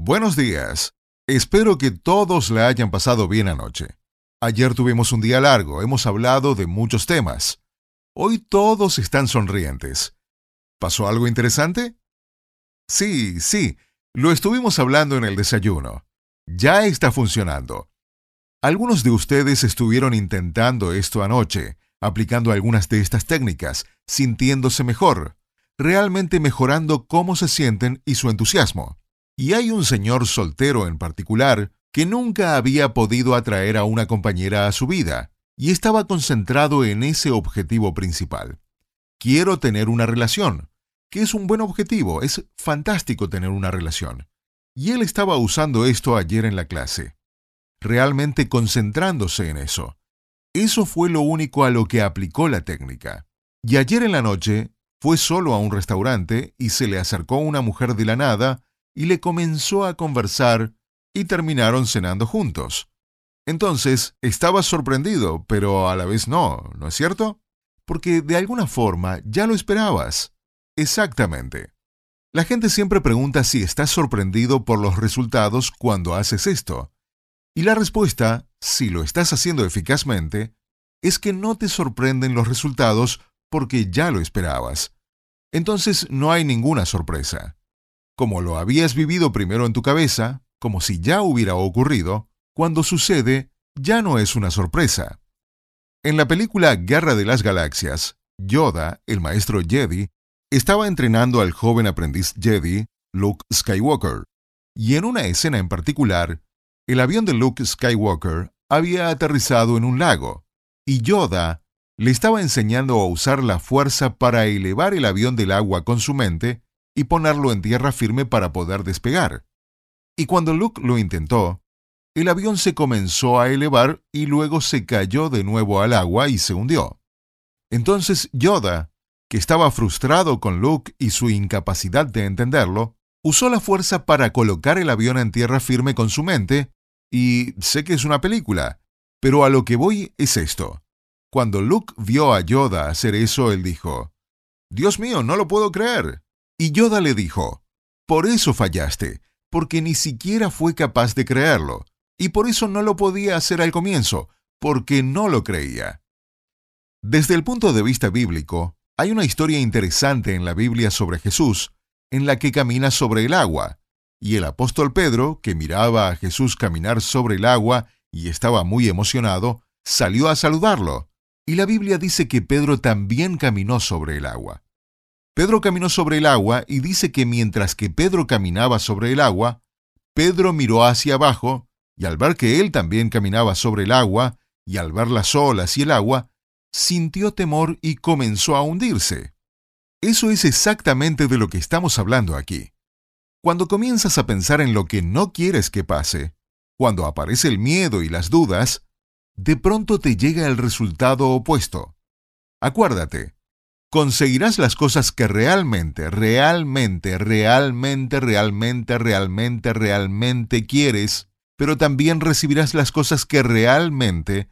Buenos días. Espero que todos la hayan pasado bien anoche. Ayer tuvimos un día largo, hemos hablado de muchos temas. Hoy todos están sonrientes. ¿Pasó algo interesante? Sí, lo estuvimos hablando en el desayuno. Ya está funcionando. Algunos de ustedes estuvieron intentando esto anoche, aplicando algunas de estas técnicas, sintiéndose mejor, realmente mejorando cómo se sienten y su entusiasmo. Y hay un señor soltero en particular que nunca había podido atraer a una compañera a su vida y estaba concentrado en ese objetivo principal. Quiero tener una relación, que es un buen objetivo, es fantástico tener una relación. Y él estaba usando esto ayer en la clase, realmente concentrándose en eso. Eso fue lo único a lo que aplicó la técnica. Y ayer en la noche fue solo a un restaurante y se le acercó una mujer de la nada y le comenzó a conversar y terminaron cenando juntos. Entonces, estaba sorprendido, pero a la vez no, ¿no es cierto? Porque de alguna forma ya lo esperabas. Exactamente. La gente siempre pregunta si estás sorprendido por los resultados cuando haces esto. Y la respuesta, si lo estás haciendo eficazmente, es que no te sorprenden los resultados porque ya lo esperabas. Entonces no hay ninguna sorpresa. Como lo habías vivido primero en tu cabeza, como si ya hubiera ocurrido, cuando sucede, ya no es una sorpresa. En la película Guerra de las Galaxias, Yoda, el maestro Jedi, estaba entrenando al joven aprendiz Jedi, Luke Skywalker, y en una escena en particular, el avión de Luke Skywalker había aterrizado en un lago, y Yoda le estaba enseñando a usar la fuerza para elevar el avión del agua con su mente y ponerlo en tierra firme para poder despegar. Y cuando Luke lo intentó, el avión se comenzó a elevar y luego se cayó de nuevo al agua y se hundió. Entonces Yoda, que estaba frustrado con Luke y su incapacidad de entenderlo, usó la fuerza para colocar el avión en tierra firme con su mente, y sé que es una película, pero a lo que voy es esto. Cuando Luke vio a Yoda hacer eso, él dijo, «Dios mío, no lo puedo creer». Y Yoda le dijo, «Por eso fallaste, porque ni siquiera fue capaz de creerlo, y por eso no lo podía hacer al comienzo, porque no lo creía». Desde el punto de vista bíblico, hay una historia interesante en la Biblia sobre Jesús, en la que camina sobre el agua, y el apóstol Pedro, que miraba a Jesús caminar sobre el agua y estaba muy emocionado, salió a saludarlo, y la Biblia dice que Pedro también caminó sobre el agua. Pedro caminó sobre el agua y dice que mientras que Pedro caminaba sobre el agua, Pedro miró hacia abajo y al ver que él también caminaba sobre el agua y al ver las olas y el agua, sintió temor y comenzó a hundirse. Eso es exactamente de lo que estamos hablando aquí. Cuando comienzas a pensar en lo que no quieres que pase, cuando aparece el miedo y las dudas, de pronto te llega el resultado opuesto. Acuérdate, conseguirás las cosas que realmente quieres, pero también recibirás las cosas que realmente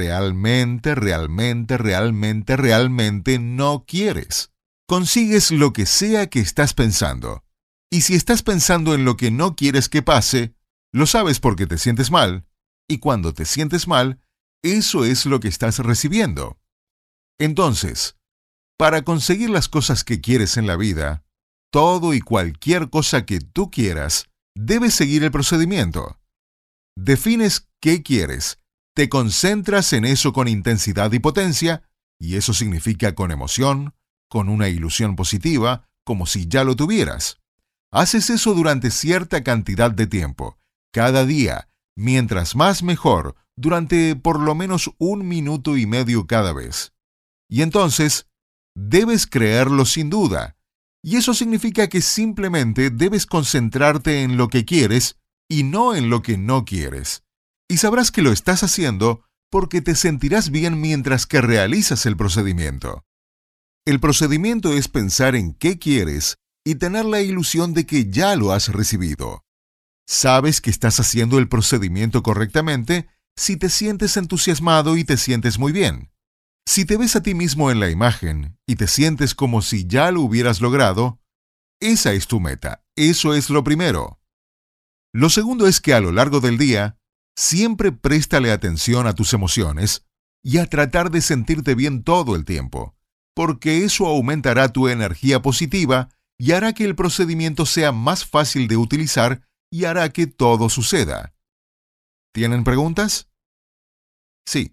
no quieres. Consigues lo que sea que estás pensando. Y si estás pensando en lo que no quieres que pase, lo sabes porque te sientes mal, y cuando te sientes mal, eso es lo que estás recibiendo. Entonces, para conseguir las cosas que quieres en la vida, todo y cualquier cosa que tú quieras, debes seguir el procedimiento. Defines qué quieres, te concentras en eso con intensidad y potencia, y eso significa con emoción, con una ilusión positiva, como si ya lo tuvieras. Haces eso durante cierta cantidad de tiempo, cada día, mientras más mejor, durante por lo menos 1 minuto y medio cada vez. Y entonces, debes creerlo sin duda, y eso significa que simplemente debes concentrarte en lo que quieres y no en lo que no quieres. Y sabrás que lo estás haciendo porque te sentirás bien mientras que realizas el procedimiento. El procedimiento es pensar en qué quieres y tener la ilusión de que ya lo has recibido. Sabes que estás haciendo el procedimiento correctamente si te sientes entusiasmado y te sientes muy bien. Si te ves a ti mismo en la imagen y te sientes como si ya lo hubieras logrado, esa es tu meta, eso es lo primero. Lo segundo es que a lo largo del día, siempre préstale atención a tus emociones y a tratar de sentirte bien todo el tiempo, porque eso aumentará tu energía positiva y hará que el procedimiento sea más fácil de utilizar y hará que todo suceda. ¿Tienen preguntas? Sí.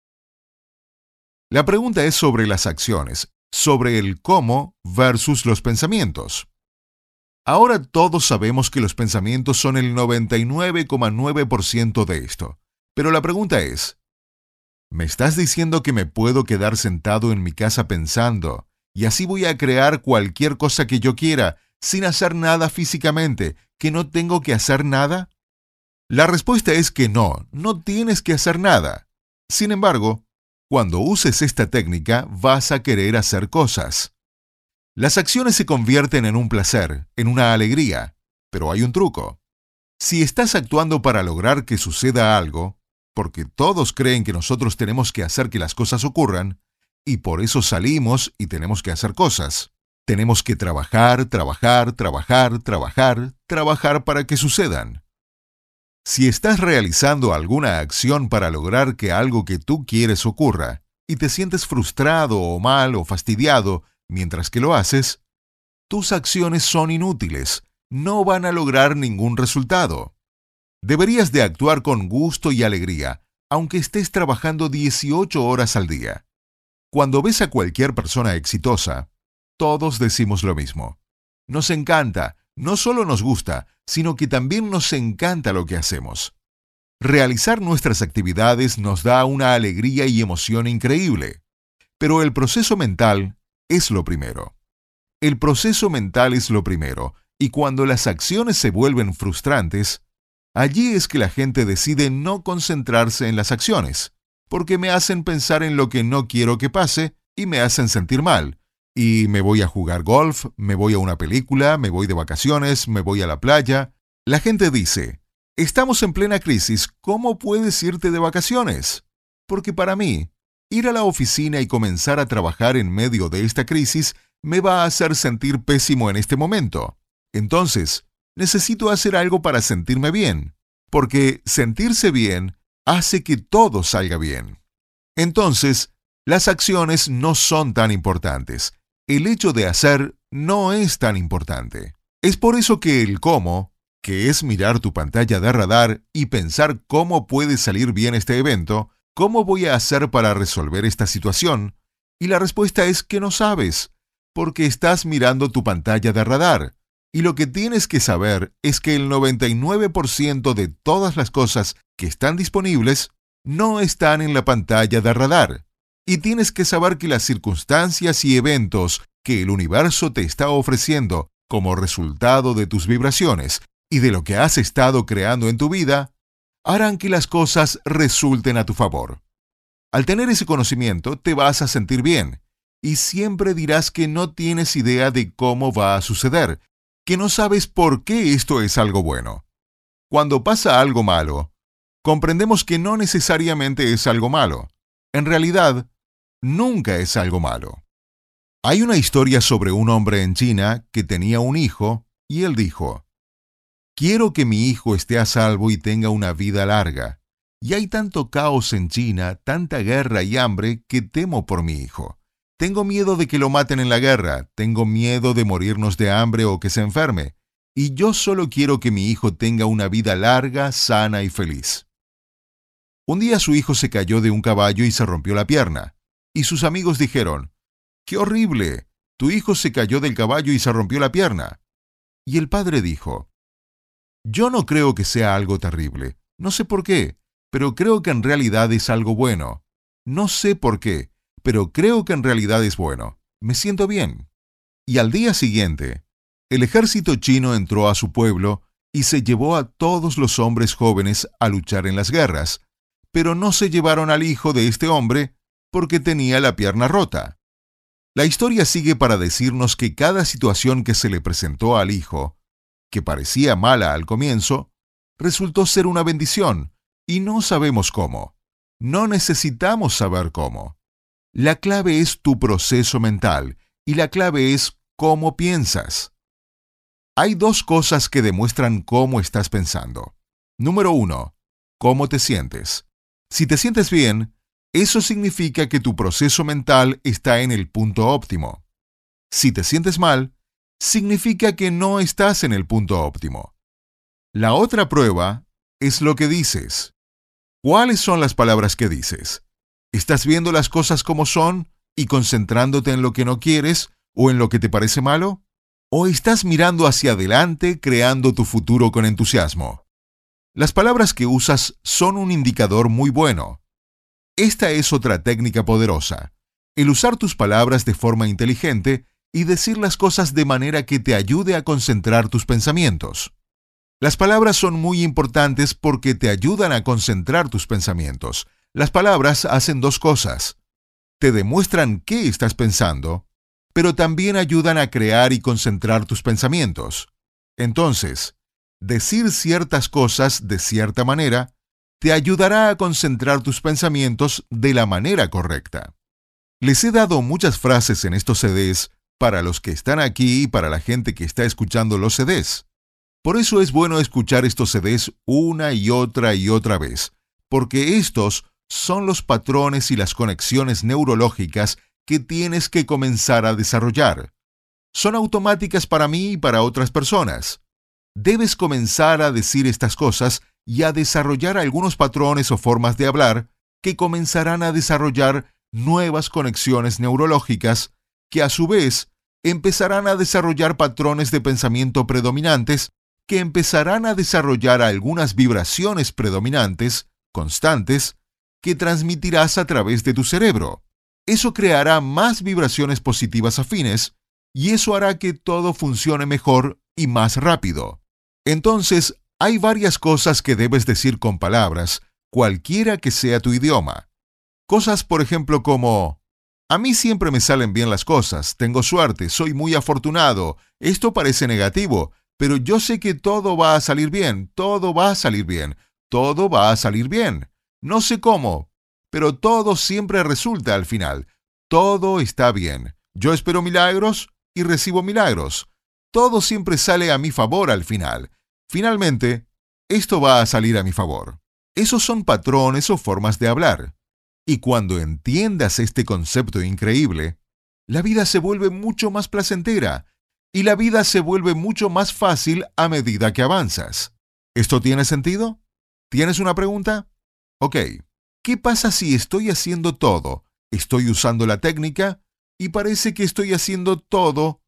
La pregunta es sobre las acciones, sobre el cómo versus los pensamientos. Ahora todos sabemos que los pensamientos son el 99,9% de esto, pero la pregunta es, ¿me estás diciendo que me puedo quedar sentado en mi casa pensando y así voy a crear cualquier cosa que yo quiera sin hacer nada físicamente, que no tengo que hacer nada? La respuesta es que no, no tienes que hacer nada. Sin embargo, cuando uses esta técnica vas a querer hacer cosas. Las acciones se convierten en un placer, en una alegría, pero hay un truco. Si estás actuando para lograr que suceda algo, porque todos creen que nosotros tenemos que hacer que las cosas ocurran, y por eso salimos y tenemos que hacer cosas. Tenemos que trabajar, trabajar, trabajar, trabajar, trabajar para que sucedan. Si estás realizando alguna acción para lograr que algo que tú quieres ocurra, y te sientes frustrado o mal o fastidiado mientras que lo haces, tus acciones son inútiles, no van a lograr ningún resultado. Deberías de actuar con gusto y alegría, aunque estés trabajando 18 horas al día. Cuando ves a cualquier persona exitosa, todos decimos lo mismo. Nos encanta, no solo nos gusta, sino que también nos encanta lo que hacemos. Realizar nuestras actividades nos da una alegría y emoción increíble, pero el proceso mental es lo primero. El proceso mental es lo primero, y cuando las acciones se vuelven frustrantes, allí es que la gente decide no concentrarse en las acciones, porque me hacen pensar en lo que no quiero que pase y me hacen sentir mal. Y me voy a jugar golf, me voy a una película, me voy de vacaciones, me voy a la playa. La gente dice, estamos en plena crisis, ¿cómo puedes irte de vacaciones? Porque para mí, ir a la oficina y comenzar a trabajar en medio de esta crisis me va a hacer sentir pésimo en este momento. Entonces, necesito hacer algo para sentirme bien, porque sentirse bien hace que todo salga bien. Entonces, las acciones no son tan importantes. El hecho de hacer no es tan importante. Es por eso que el cómo, que es mirar tu pantalla de radar y pensar cómo puede salir bien este evento, ¿cómo voy a hacer para resolver esta situación? Y la respuesta es que no sabes, porque estás mirando tu pantalla de radar. Y lo que tienes que saber es que el 99% de todas las cosas que están disponibles no están en la pantalla de radar. Y tienes que saber que las circunstancias y eventos que el universo te está ofreciendo como resultado de tus vibraciones y de lo que has estado creando en tu vida, harán que las cosas resulten a tu favor. Al tener ese conocimiento, te vas a sentir bien, y siempre dirás que no tienes idea de cómo va a suceder, que no sabes por qué esto es algo bueno. Cuando pasa algo malo, comprendemos que no necesariamente es algo malo. En realidad, nunca es algo malo. Hay una historia sobre un hombre en China que tenía un hijo, y él dijo, quiero que mi hijo esté a salvo y tenga una vida larga. Y hay tanto caos en China, tanta guerra y hambre, que temo por mi hijo. Tengo miedo de que lo maten en la guerra, tengo miedo de morirnos de hambre o que se enferme, y yo solo quiero que mi hijo tenga una vida larga, sana y feliz. Un día su hijo se cayó de un caballo y se rompió la pierna, y sus amigos dijeron, ¡qué horrible! Tu hijo se cayó del caballo y se rompió la pierna. Y el padre dijo, yo no creo que sea algo terrible, no sé por qué, pero creo que en realidad es algo bueno. No sé por qué, pero creo que en realidad es bueno. Me siento bien. Y al día siguiente, el ejército chino entró a su pueblo y se llevó a todos los hombres jóvenes a luchar en las guerras, pero no se llevaron al hijo de este hombre porque tenía la pierna rota. La historia sigue para decirnos que cada situación que se le presentó al hijo, que parecía mala al comienzo, resultó ser una bendición, y no sabemos cómo. No necesitamos saber cómo. La clave es tu proceso mental, y la clave es cómo piensas. Hay dos cosas que demuestran cómo estás pensando. Número 1. ¿Cómo te sientes? Si te sientes bien, eso significa que tu proceso mental está en el punto óptimo. Si te sientes mal, significa que no estás en el punto óptimo. La otra prueba es lo que dices. ¿Cuáles son las palabras que dices? ¿Estás viendo las cosas como son y concentrándote en lo que no quieres o en lo que te parece malo? ¿O estás mirando hacia adelante creando tu futuro con entusiasmo? Las palabras que usas son un indicador muy bueno. Esta es otra técnica poderosa, el usar tus palabras de forma inteligente y decir las cosas de manera que te ayude a concentrar tus pensamientos. Las palabras son muy importantes porque te ayudan a concentrar tus pensamientos. Las palabras hacen dos cosas. Te demuestran qué estás pensando, pero también ayudan a crear y concentrar tus pensamientos. Entonces, decir ciertas cosas de cierta manera te ayudará a concentrar tus pensamientos de la manera correcta. Les he dado muchas frases en estos CDs para los que están aquí y para la gente que está escuchando los CDs. Por eso es bueno escuchar estos CDs una y otra vez, porque estos son los patrones y las conexiones neurológicas que tienes que comenzar a desarrollar. Son automáticas para mí y para otras personas. Debes comenzar a decir estas cosas y a desarrollar algunos patrones o formas de hablar que comenzarán a desarrollar nuevas conexiones neurológicas que a su vez empezarán a desarrollar patrones de pensamiento predominantes que empezarán a desarrollar algunas vibraciones predominantes, constantes, que transmitirás a través de tu cerebro. Eso creará más vibraciones positivas afines y eso hará que todo funcione mejor y más rápido. Entonces, hay varias cosas que debes decir con palabras, cualquiera que sea tu idioma. Cosas, por ejemplo, como: a mí siempre me salen bien las cosas, tengo suerte, soy muy afortunado, esto parece negativo, pero yo sé que todo va a salir bien, todo va a salir bien, todo va a salir bien. No sé cómo, pero todo siempre resulta al final. Todo está bien. Yo espero milagros y recibo milagros. Todo siempre sale a mi favor al final. Finalmente, esto va a salir a mi favor. Esos son patrones o formas de hablar. Y cuando entiendas este concepto increíble, la vida se vuelve mucho más placentera y la vida se vuelve mucho más fácil a medida que avanzas. ¿Esto tiene sentido? ¿Tienes una pregunta? Ok, ¿qué pasa si estoy haciendo todo? Estoy usando la técnica y parece que estoy haciendo todo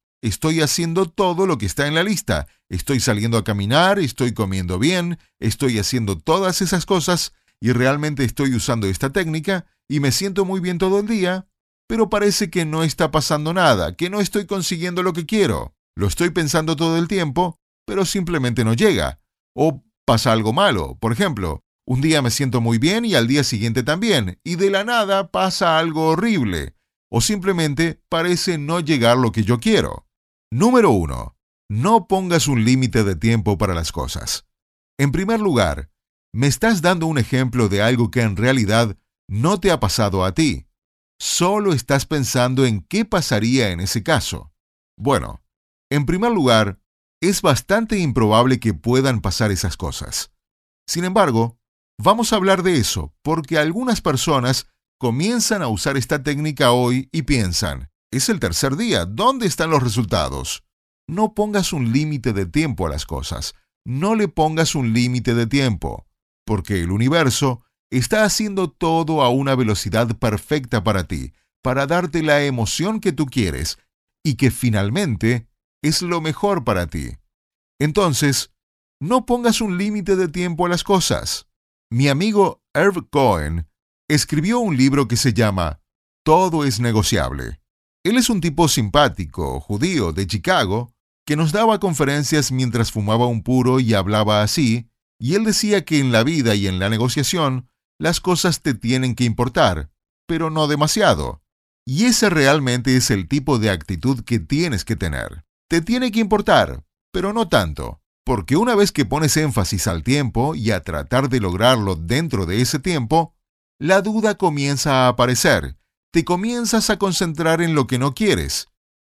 lo que está en la lista. Estoy saliendo a caminar, estoy comiendo bien, estoy haciendo todas esas cosas y realmente estoy usando esta técnica y me siento muy bien todo el día, pero parece que no está pasando nada, que no estoy consiguiendo lo que quiero. Lo estoy pensando todo el tiempo, pero simplemente no llega. O pasa algo malo. Por ejemplo, un día me siento muy bien y al día siguiente también, y de la nada pasa algo horrible. O simplemente parece no llegar lo que yo quiero. Número 1. No pongas un límite de tiempo para las cosas. En primer lugar, me estás dando un ejemplo de algo que en realidad no te ha pasado a ti. Solo estás pensando en qué pasaría en ese caso. Bueno, en primer lugar, es bastante improbable que puedan pasar esas cosas. Sin embargo, vamos a hablar de eso, porque algunas personas comienzan a usar esta técnica hoy y piensan: es el tercer día, ¿dónde están los resultados? No pongas un límite de tiempo a las cosas. No le pongas un límite de tiempo, porque el universo está haciendo todo a una velocidad perfecta para ti, para darte la emoción que tú quieres y que finalmente es lo mejor para ti. Entonces, no pongas un límite de tiempo a las cosas. Mi amigo Irv Cohen escribió un libro que se llama Todo es negociable. Él es un tipo simpático, judío, de Chicago, que nos daba conferencias mientras fumaba un puro y hablaba así, y él decía que en la vida y en la negociación, las cosas te tienen que importar, pero no demasiado. Y ese realmente es el tipo de actitud que tienes que tener. Te tiene que importar, pero no tanto, porque una vez que pones énfasis al tiempo y a tratar de lograrlo dentro de ese tiempo, la duda comienza a aparecer. Te comienzas a concentrar en lo que no quieres.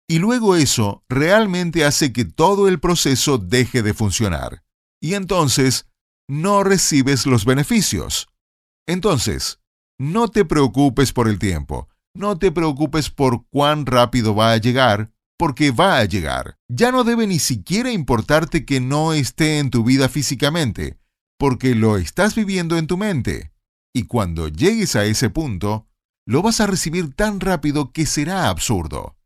Y luego eso realmente hace que todo el proceso deje de funcionar. Y entonces no recibes los beneficios. Entonces, no te preocupes por el tiempo. No te preocupes por cuán rápido va a llegar, porque va a llegar. Ya no debe ni siquiera importarte que no esté en tu vida físicamente, porque lo estás viviendo en tu mente. Y cuando llegues a ese punto, lo vas a recibir tan rápido que será absurdo.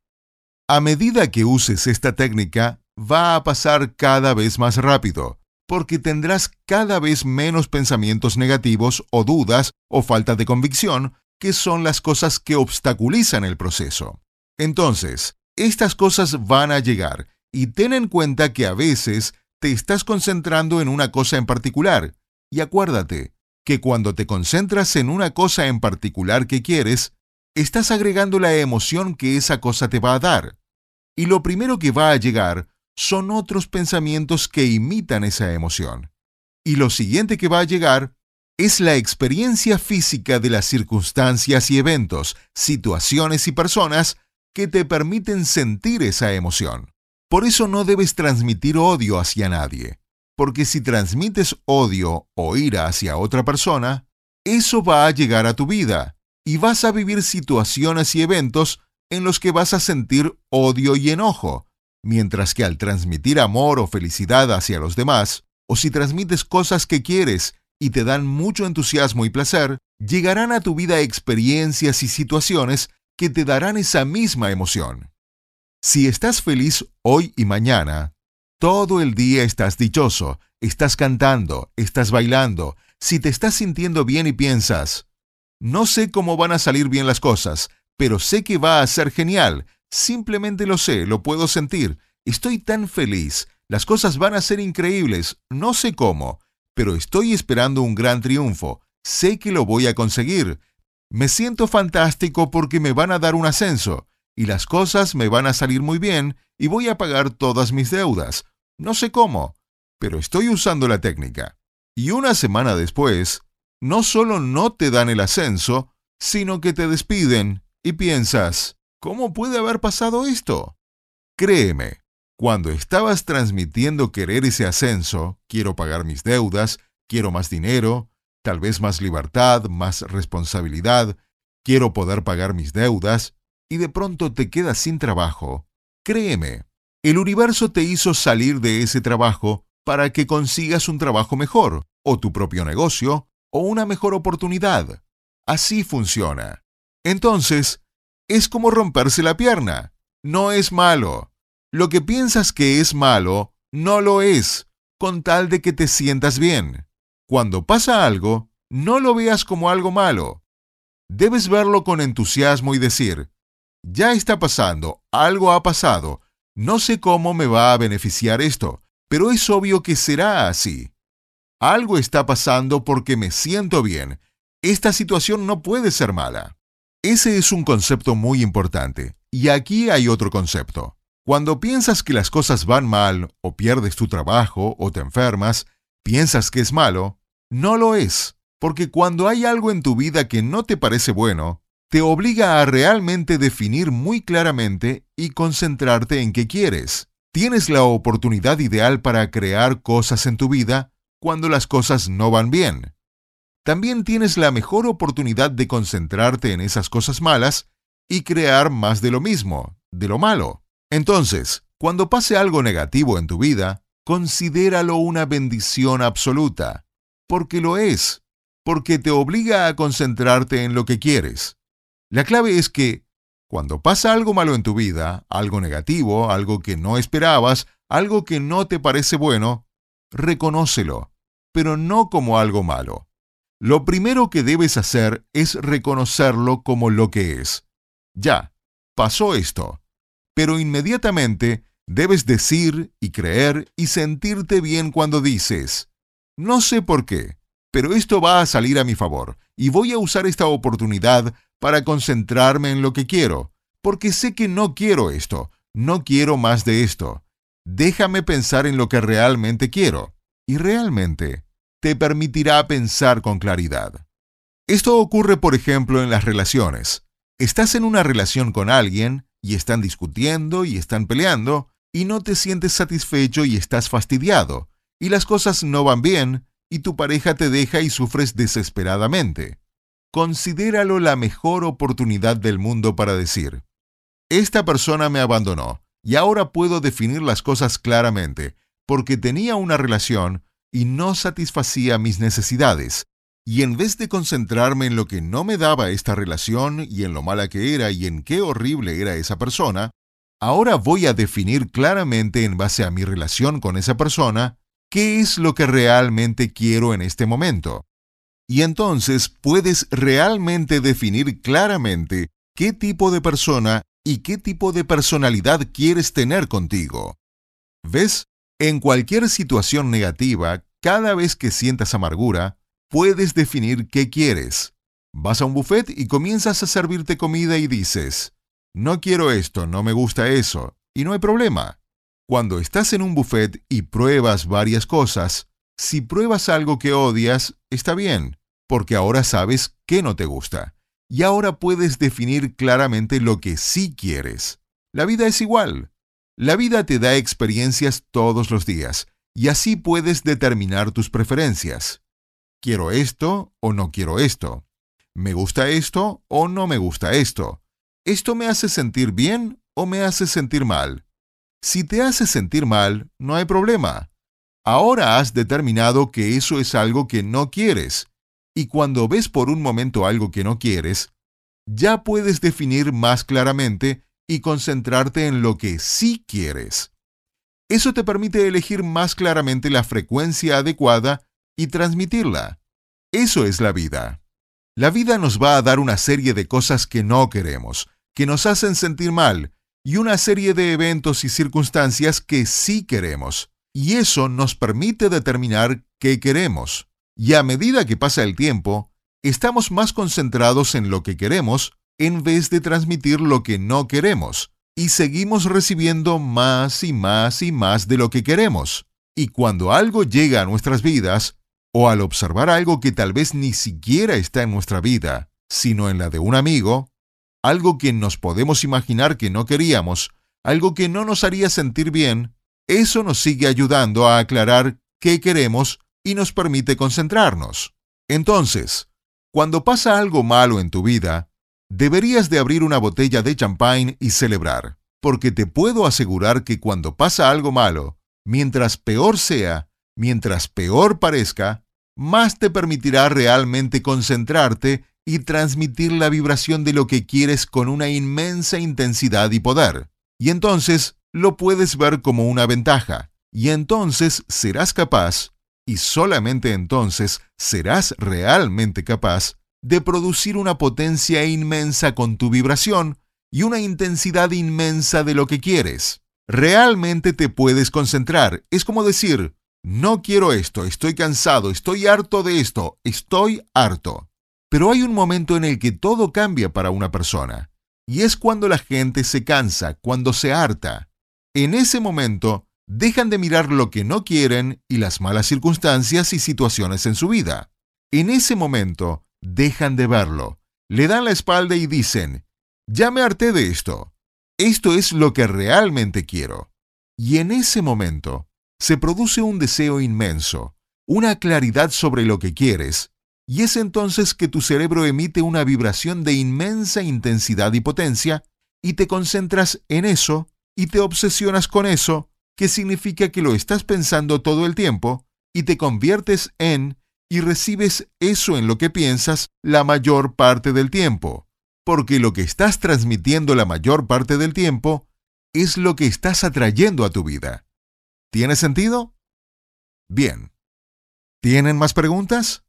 A medida que uses esta técnica, va a pasar cada vez más rápido, porque tendrás cada vez menos pensamientos negativos o dudas o falta de convicción, que son las cosas que obstaculizan el proceso. Entonces, estas cosas van a llegar, y ten en cuenta que a veces te estás concentrando en una cosa en particular, y acuérdate que cuando te concentras en una cosa en particular que quieres, estás agregando la emoción que esa cosa te va a dar. Y lo primero que va a llegar son otros pensamientos que imitan esa emoción. Y lo siguiente que va a llegar es la experiencia física de las circunstancias y eventos, situaciones y personas que te permiten sentir esa emoción. Por eso no debes transmitir odio hacia nadie, porque si transmites odio o ira hacia otra persona, eso va a llegar a tu vida y vas a vivir situaciones y eventos en los que vas a sentir odio y enojo, mientras que al transmitir amor o felicidad hacia los demás, o si transmites cosas que quieres y te dan mucho entusiasmo y placer, llegarán a tu vida experiencias y situaciones que te darán esa misma emoción. Si estás feliz hoy y mañana, todo el día estás dichoso, estás cantando, estás bailando, si te estás sintiendo bien y piensas, no sé cómo van a salir bien las cosas, pero sé que va a ser genial, simplemente lo sé, lo puedo sentir, estoy tan feliz, las cosas van a ser increíbles, no sé cómo, pero estoy esperando un gran triunfo, sé que lo voy a conseguir, me siento fantástico porque me van a dar un ascenso, y las cosas me van a salir muy bien y voy a pagar todas mis deudas. No sé cómo, pero estoy usando la técnica. Y una semana después, no solo no te dan el ascenso, sino que te despiden y piensas, ¿cómo puede haber pasado esto? Créeme, cuando estabas transmitiendo querer ese ascenso, quiero pagar mis deudas, quiero más dinero, tal vez más libertad, más responsabilidad, quiero poder pagar mis deudas, y de pronto te quedas sin trabajo, créeme, el universo te hizo salir de ese trabajo para que consigas un trabajo mejor, o tu propio negocio, o una mejor oportunidad. Así funciona. Entonces, es como romperse la pierna. No es malo. Lo que piensas que es malo, no lo es, con tal de que te sientas bien. Cuando pasa algo, no lo veas como algo malo. Debes verlo con entusiasmo y decir, ya está pasando, algo ha pasado, no sé cómo me va a beneficiar esto, pero es obvio que será así. Algo está pasando porque me siento bien. Esta situación no puede ser mala. Ese es un concepto muy importante. Y aquí hay otro concepto. Cuando piensas que las cosas van mal, o pierdes tu trabajo, o te enfermas, piensas que es malo, no lo es. Porque cuando hay algo en tu vida que no te parece bueno, te obliga a realmente definir muy claramente y concentrarte en qué quieres. Tienes la oportunidad ideal para crear cosas en tu vida cuando las cosas no van bien. También tienes la mejor oportunidad de concentrarte en esas cosas malas y crear más de lo mismo, de lo malo. Entonces, cuando pase algo negativo en tu vida, considéralo una bendición absoluta, porque lo es, porque te obliga a concentrarte en lo que quieres. La clave es que, cuando pasa algo malo en tu vida, algo negativo, algo que no esperabas, algo que no te parece bueno, reconócelo, pero no como algo malo. Lo primero que debes hacer es reconocerlo como lo que es. Ya, pasó esto, pero inmediatamente debes decir y creer y sentirte bien cuando dices, no sé por qué, pero esto va a salir a mi favor y voy a usar esta oportunidad para concentrarme en lo que quiero, porque sé que no quiero esto, no quiero más de esto. Déjame pensar en lo que realmente quiero, y realmente te permitirá pensar con claridad. Esto ocurre, por ejemplo, en las relaciones. Estás en una relación con alguien y están discutiendo y están peleando, y no te sientes satisfecho y estás fastidiado, y las cosas no van bien, y tu pareja te deja y sufres desesperadamente. Considéralo la mejor oportunidad del mundo para decir: esta persona me abandonó, y ahora puedo definir las cosas claramente, porque tenía una relación y no satisfacía mis necesidades. Y en vez de concentrarme en lo que no me daba esta relación y en lo mala que era y en qué horrible era esa persona, ahora voy a definir claramente en base a mi relación con esa persona qué es lo que realmente quiero en este momento. Y entonces puedes realmente definir claramente qué tipo de persona y qué tipo de personalidad quieres tener contigo. ¿Ves? En cualquier situación negativa, cada vez que sientas amargura, puedes definir qué quieres. Vas a un buffet y comienzas a servirte comida y dices: no quiero esto, no me gusta eso, y no hay problema. Cuando estás en un buffet y pruebas varias cosas, si pruebas algo que odias, está bien, porque ahora sabes qué no te gusta. Y ahora puedes definir claramente lo que sí quieres. La vida es igual. La vida te da experiencias todos los días, y así puedes determinar tus preferencias. ¿Quiero esto o no quiero esto? ¿Me gusta esto o no me gusta esto? ¿Esto me hace sentir bien o me hace sentir mal? Si te hace sentir mal, no hay problema. Ahora has determinado que eso es algo que no quieres. Y cuando ves por un momento algo que no quieres, ya puedes definir más claramente y concentrarte en lo que sí quieres. Eso te permite elegir más claramente la frecuencia adecuada y transmitirla. Eso es la vida. La vida nos va a dar una serie de cosas que no queremos, que nos hacen sentir mal, y una serie de eventos y circunstancias que sí queremos. Y eso nos permite determinar qué queremos. Y a medida que pasa el tiempo, estamos más concentrados en lo que queremos en vez de transmitir lo que no queremos. Y seguimos recibiendo más y más y más de lo que queremos. Y cuando algo llega a nuestras vidas, o al observar algo que tal vez ni siquiera está en nuestra vida, sino en la de un amigo, algo que nos podemos imaginar que no queríamos, algo que no nos haría sentir bien, eso nos sigue ayudando a aclarar qué queremos y nos permite concentrarnos. Entonces, cuando pasa algo malo en tu vida, deberías de abrir una botella de champán y celebrar, porque te puedo asegurar que cuando pasa algo malo, mientras peor sea, mientras peor parezca, más te permitirá realmente concentrarte y transmitir la vibración de lo que quieres con una inmensa intensidad y poder. Y entonces lo puedes ver como una ventaja. Y entonces serás capaz, y solamente entonces serás realmente capaz, de producir una potencia inmensa con tu vibración y una intensidad inmensa de lo que quieres. Realmente te puedes concentrar. Es como decir: no quiero esto, estoy cansado, estoy harto de esto, estoy harto. Pero hay un momento en el que todo cambia para una persona, y es cuando la gente se cansa, cuando se harta. En ese momento, dejan de mirar lo que no quieren y las malas circunstancias y situaciones en su vida. En ese momento, dejan de verlo, le dan la espalda y dicen: ya me harté de esto. Esto es lo que realmente quiero. Y en ese momento, se produce un deseo inmenso, una claridad sobre lo que quieres, y es entonces que tu cerebro emite una vibración de inmensa intensidad y potencia, y te concentras en eso, y te obsesionas con eso, que significa que lo estás pensando todo el tiempo, y te conviertes en, y recibes eso en lo que piensas la mayor parte del tiempo, porque lo que estás transmitiendo la mayor parte del tiempo es lo que estás atrayendo a tu vida. ¿Tiene sentido? Bien. ¿Tienen más preguntas?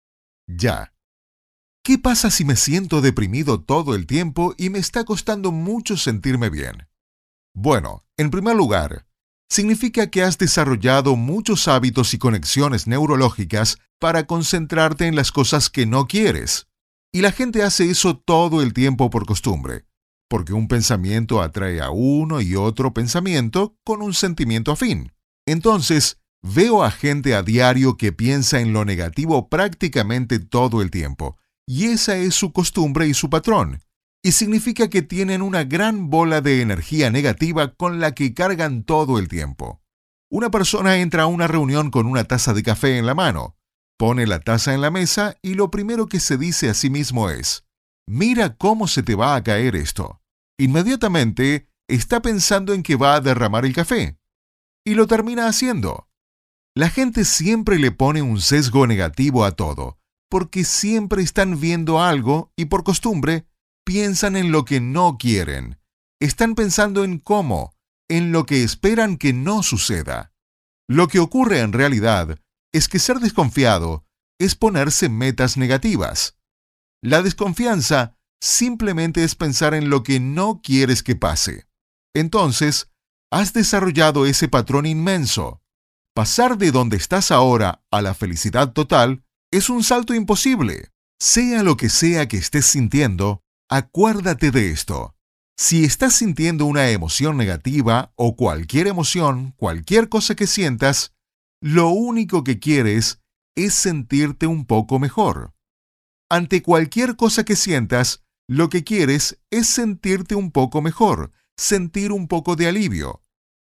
Ya. ¿Qué pasa si me siento deprimido todo el tiempo y me está costando mucho sentirme bien? Bueno, en primer lugar, significa que has desarrollado muchos hábitos y conexiones neurológicas para concentrarte en las cosas que no quieres. Y la gente hace eso todo el tiempo por costumbre, porque un pensamiento atrae a uno y otro pensamiento con un sentimiento afín. Entonces, veo a gente a diario que piensa en lo negativo prácticamente todo el tiempo, y esa es su costumbre y su patrón. y significa que tienen una gran bola de energía negativa con la que cargan todo el tiempo. Una persona entra a una reunión con una taza de café en la mano, pone la taza en la mesa y lo primero que se dice a sí mismo es: mira cómo se te va a caer esto. Inmediatamente está pensando en que va a derramar el café. Y lo termina haciendo. La gente siempre le pone un sesgo negativo a todo, porque siempre están viendo algo y por costumbre piensan en lo que no quieren. Están pensando en cómo, en lo que esperan que no suceda. Lo que ocurre en realidad es que ser desconfiado es ponerse metas negativas. La desconfianza simplemente es pensar en lo que no quieres que pase. Entonces, has desarrollado ese patrón inmenso. Pasar de donde estás ahora a la felicidad total es un salto imposible. Sea lo que sea que estés sintiendo, acuérdate de esto. Si estás sintiendo una emoción negativa o cualquier emoción, cualquier cosa que sientas, lo único que quieres es sentirte un poco mejor. Ante cualquier cosa que sientas, lo que quieres es sentirte un poco mejor, sentir un poco de alivio.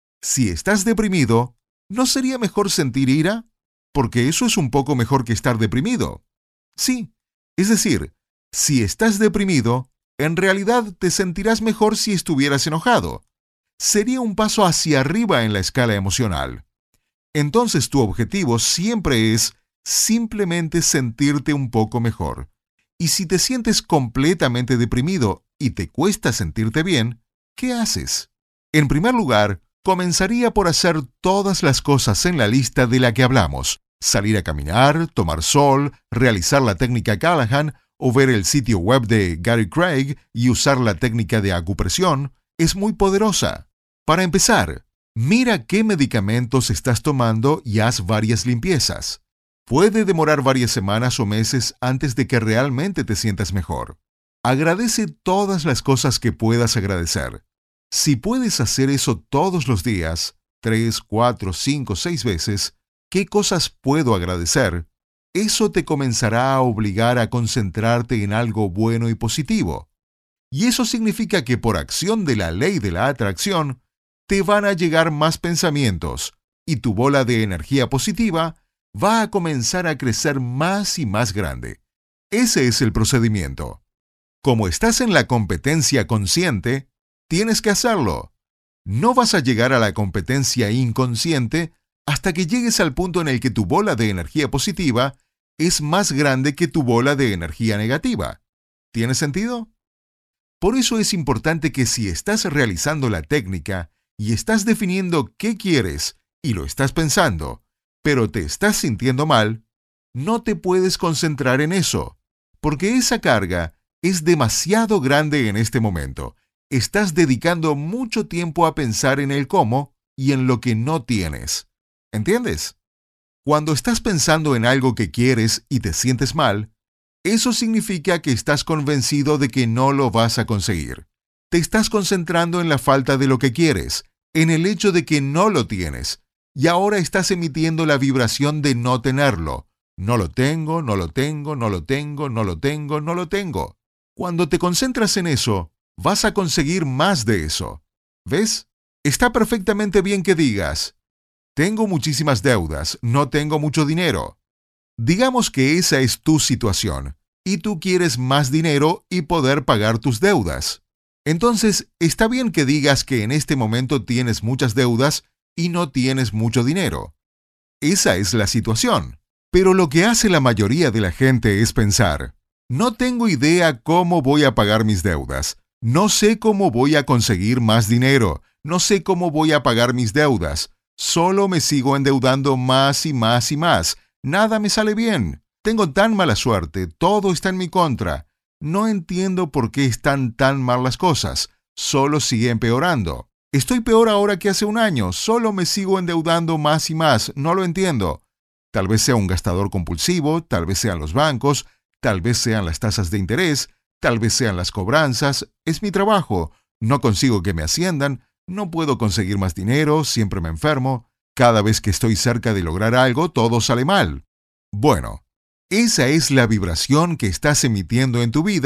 Si estás deprimido, ¿no sería mejor sentir ira? Porque eso es un poco mejor que estar deprimido. Sí, es decir, si estás deprimido, en realidad te sentirás mejor si estuvieras enojado. Sería un paso hacia arriba en la escala emocional. Entonces tu objetivo siempre es simplemente sentirte un poco mejor. Y si te sientes completamente deprimido y te cuesta sentirte bien, ¿qué haces? En primer lugar, comenzaría por hacer todas las cosas en la lista de la que hablamos: salir a caminar, tomar sol, realizar la técnica Callahan o ver el sitio web de Gary Craig y usar la técnica de acupresión. Es muy poderosa. Para empezar, mira qué medicamentos estás tomando y haz varias limpiezas. Puede demorar varias semanas o meses antes de que realmente te sientas mejor. Agradece todas las cosas que puedas agradecer. Si puedes hacer eso todos los días, 3, 4, 5, 6 veces, ¿qué cosas puedo agradecer? Eso te comenzará a obligar a concentrarte en algo bueno y positivo. Y eso significa que por acción de la ley de la atracción, te van a llegar más pensamientos y tu bola de energía positiva va a comenzar a crecer más y más grande. Ese es el procedimiento. Como estás en la competencia consciente, tienes que hacerlo. No vas a llegar a la competencia inconsciente hasta que llegues al punto en el que tu bola de energía positiva es más grande que tu bola de energía negativa. ¿Tiene sentido? Por eso es importante que si estás realizando la técnica y estás definiendo qué quieres y lo estás pensando, pero te estás sintiendo mal, no te puedes concentrar en eso, porque esa carga es demasiado grande en este momento. Estás dedicando mucho tiempo a pensar en el cómo y en lo que no tienes. ¿Entiendes? Cuando estás pensando en algo que quieres y te sientes mal, eso significa que estás convencido de que no lo vas a conseguir. Te estás concentrando en la falta de lo que quieres, en el hecho de que no lo tienes, y ahora estás emitiendo la vibración de no tenerlo. No lo tengo, no lo tengo, no lo tengo, no lo tengo, no lo tengo. Cuando te concentras en eso, vas a conseguir más de eso. ¿Ves? Está perfectamente bien que digas: tengo muchísimas deudas, no tengo mucho dinero. Digamos que esa es tu situación, y tú quieres más dinero y poder pagar tus deudas. Entonces, está bien que digas que en este momento tienes muchas deudas y no tienes mucho dinero. Esa es la situación. Pero lo que hace la mayoría de la gente es pensar: no tengo idea cómo voy a pagar mis deudas. No sé cómo voy a conseguir más dinero. No sé cómo voy a pagar mis deudas. Solo me sigo endeudando más y más y más. Nada me sale bien. Tengo tan mala suerte. Todo está en mi contra. No entiendo por qué están tan mal las cosas. Solo sigue empeorando. Estoy peor ahora que hace un año. Solo me sigo endeudando más y más. No lo entiendo. Tal vez sea un gastador compulsivo, tal vez sean los bancos, tal vez sean las tasas de interés, tal vez sean las cobranzas. Es mi trabajo. No consigo que me asciendan. No puedo conseguir más dinero. Siempre me enfermo. Cada vez que estoy cerca de lograr algo, todo sale mal. Bueno, esa es la vibración que estás emitiendo en tu vida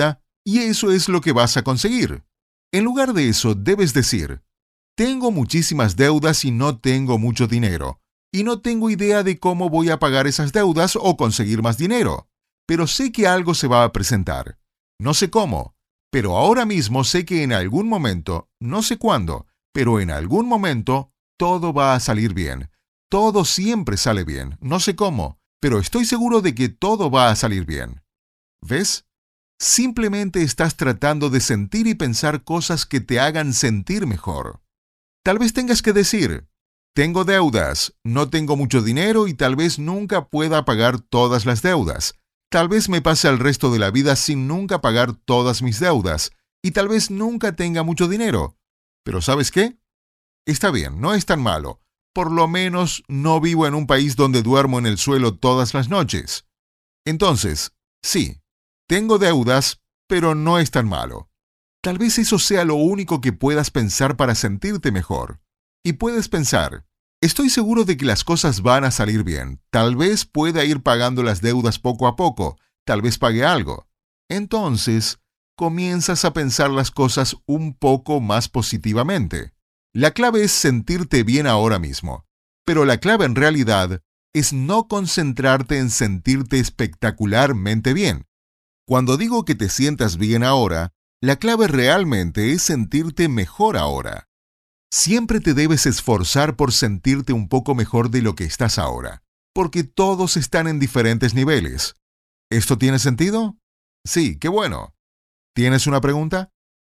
Y eso es lo que vas a conseguir. En lugar de eso, debes decir, tengo muchísimas deudas y no tengo mucho dinero, y no tengo idea de cómo voy a pagar esas deudas o conseguir más dinero, pero sé que algo se va a presentar. No sé cómo, pero ahora mismo sé que en algún momento, no sé cuándo, pero en algún momento, todo va a salir bien. Todo siempre sale bien, no sé cómo, pero estoy seguro de que todo va a salir bien. ¿Ves? Simplemente estás tratando de sentir y pensar cosas que te hagan sentir mejor. Tal vez tengas que decir, tengo deudas, no tengo mucho dinero y tal vez nunca pueda pagar todas las deudas. Tal vez me pase el resto de la vida sin nunca pagar todas mis deudas y tal vez nunca tenga mucho dinero. Pero ¿sabes qué? Está bien, no es tan malo. Por lo menos no vivo en un país donde duermo en el suelo todas las noches. Entonces, sí, tengo deudas, pero no es tan malo. Tal vez eso sea lo único que puedas pensar para sentirte mejor. Y puedes pensar, estoy seguro de que las cosas van a salir bien. Tal vez pueda ir pagando las deudas poco a poco. Tal vez pague algo. Entonces, comienzas a pensar las cosas un poco más positivamente. La clave es sentirte bien ahora mismo. Pero la clave en realidad es no concentrarte en sentirte espectacularmente bien. Cuando digo que te sientas bien ahora, la clave realmente es sentirte mejor ahora. Siempre te debes esforzar por sentirte un poco mejor de lo que estás ahora, porque todos están en diferentes niveles. ¿Esto tiene sentido? Sí, qué bueno. ¿Tienes una pregunta?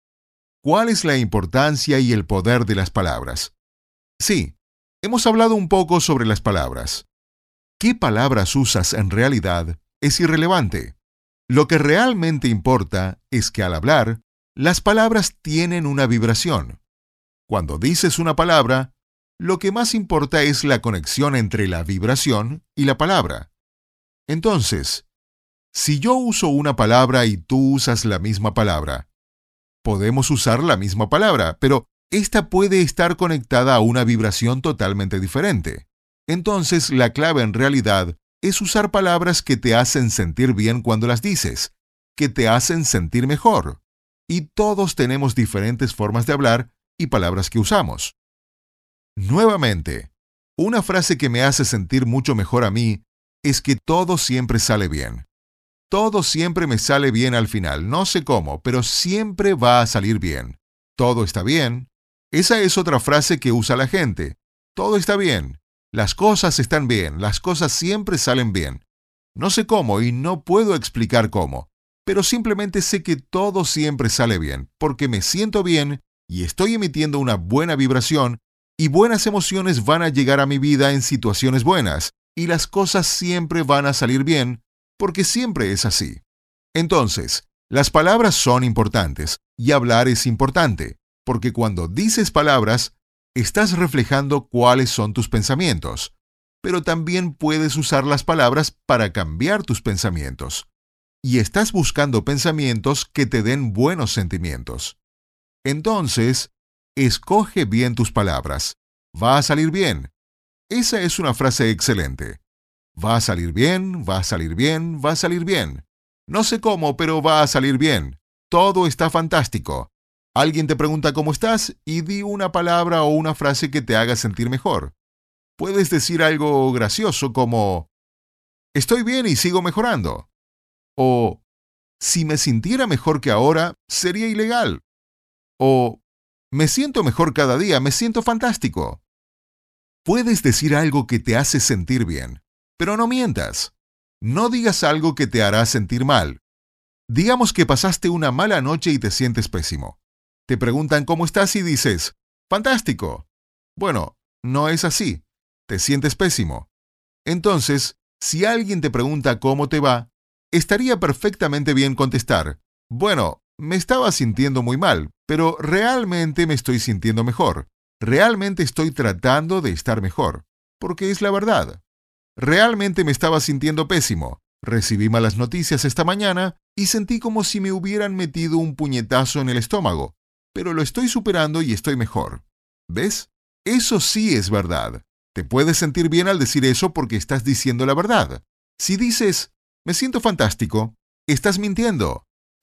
¿Cuál es la importancia y el poder de las palabras? Sí, hemos hablado un poco sobre las palabras. ¿Qué palabras usas en realidad es irrelevante? Lo que realmente importa es que al hablar, las palabras tienen una vibración. Cuando dices una palabra, lo que más importa es la conexión entre la vibración y la palabra. Entonces, si yo uso una palabra y tú usas la misma palabra, podemos usar la misma palabra, pero esta puede estar conectada a una vibración totalmente diferente. Entonces, la clave en realidad es usar palabras que te hacen sentir bien cuando las dices, que te hacen sentir mejor. Y todos tenemos diferentes formas de hablar y palabras que usamos. Nuevamente, una frase que me hace sentir mucho mejor a mí es que todo siempre sale bien. Todo siempre me sale bien al final, no sé cómo, pero siempre va a salir bien. Todo está bien. Esa es otra frase que usa la gente. Todo está bien. Las cosas están bien, las cosas siempre salen bien. No sé cómo y no puedo explicar cómo, pero simplemente sé que todo siempre sale bien, porque me siento bien y estoy emitiendo una buena vibración y buenas emociones van a llegar a mi vida en situaciones buenas y las cosas siempre van a salir bien, porque siempre es así. Entonces, las palabras son importantes y hablar es importante, porque cuando dices palabras, estás reflejando cuáles son tus pensamientos, pero también puedes usar las palabras para cambiar tus pensamientos. Y estás buscando pensamientos que te den buenos sentimientos. Entonces, escoge bien tus palabras. Va a salir bien. Esa es una frase excelente. Va a salir bien, va a salir bien, va a salir bien. No sé cómo, pero va a salir bien. Todo está fantástico. Alguien te pregunta cómo estás y di una palabra o una frase que te haga sentir mejor. Puedes decir algo gracioso como, estoy bien y sigo mejorando. O, si me sintiera mejor que ahora, sería ilegal. O, me siento mejor cada día, me siento fantástico. Puedes decir algo que te hace sentir bien, pero no mientas. No digas algo que te hará sentir mal. Digamos que pasaste una mala noche y te sientes pésimo. Te preguntan cómo estás y dices, fantástico. Bueno, no es así. Te sientes pésimo. Entonces, si alguien te pregunta cómo te va, estaría perfectamente bien contestar, bueno, me estaba sintiendo muy mal, pero realmente me estoy sintiendo mejor. Realmente estoy tratando de estar mejor, porque es la verdad. Realmente me estaba sintiendo pésimo. Recibí malas noticias esta mañana y sentí como si me hubieran metido un puñetazo en el estómago, pero lo estoy superando y estoy mejor. ¿Ves? Eso sí es verdad. Te puedes sentir bien al decir eso porque estás diciendo la verdad. Si dices, me siento fantástico, estás mintiendo.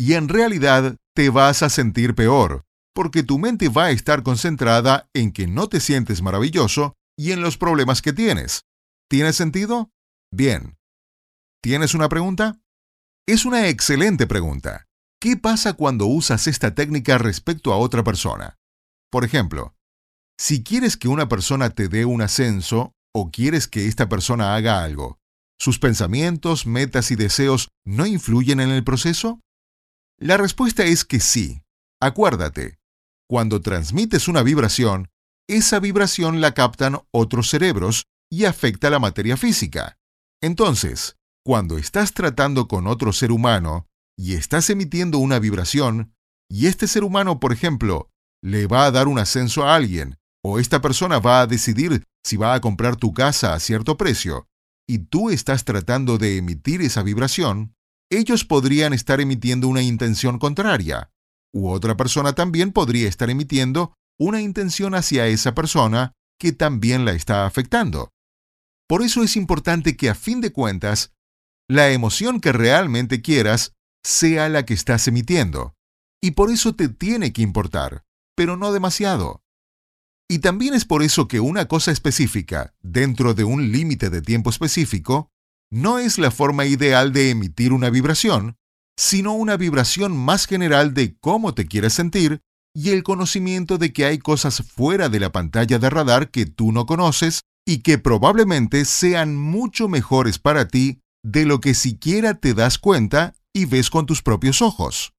y en realidad te vas a sentir peor, porque tu mente va a estar concentrada en que no te sientes maravilloso y en los problemas que tienes. ¿Tiene sentido? Bien. ¿Tienes una pregunta? Es una excelente pregunta. ¿Qué pasa cuando usas esta técnica respecto a otra persona? Por ejemplo, si quieres que una persona te dé un ascenso o quieres que esta persona haga algo, ¿sus pensamientos, metas y deseos no influyen en el proceso? La respuesta es que sí. Acuérdate, cuando transmites una vibración, esa vibración la captan otros cerebros y afecta la materia física. Entonces, cuando estás tratando con otro ser humano y estás emitiendo una vibración, y este ser humano, por ejemplo, le va a dar un ascenso a alguien, o esta persona va a decidir si va a comprar tu casa a cierto precio, y tú estás tratando de emitir esa vibración, ellos podrían estar emitiendo una intención contraria, u otra persona también podría estar emitiendo una intención hacia esa persona que también la está afectando. Por eso es importante que a fin de cuentas, la emoción que realmente quieras sea la que estás emitiendo. Y por eso te tiene que importar, pero no demasiado. Y también es por eso que una cosa específica, dentro de un límite de tiempo específico, no es la forma ideal de emitir una vibración, sino una vibración más general de cómo te quieres sentir y el conocimiento de que hay cosas fuera de la pantalla de radar que tú no conoces y que probablemente sean mucho mejores para ti de lo que siquiera te das cuenta y ves con tus propios ojos.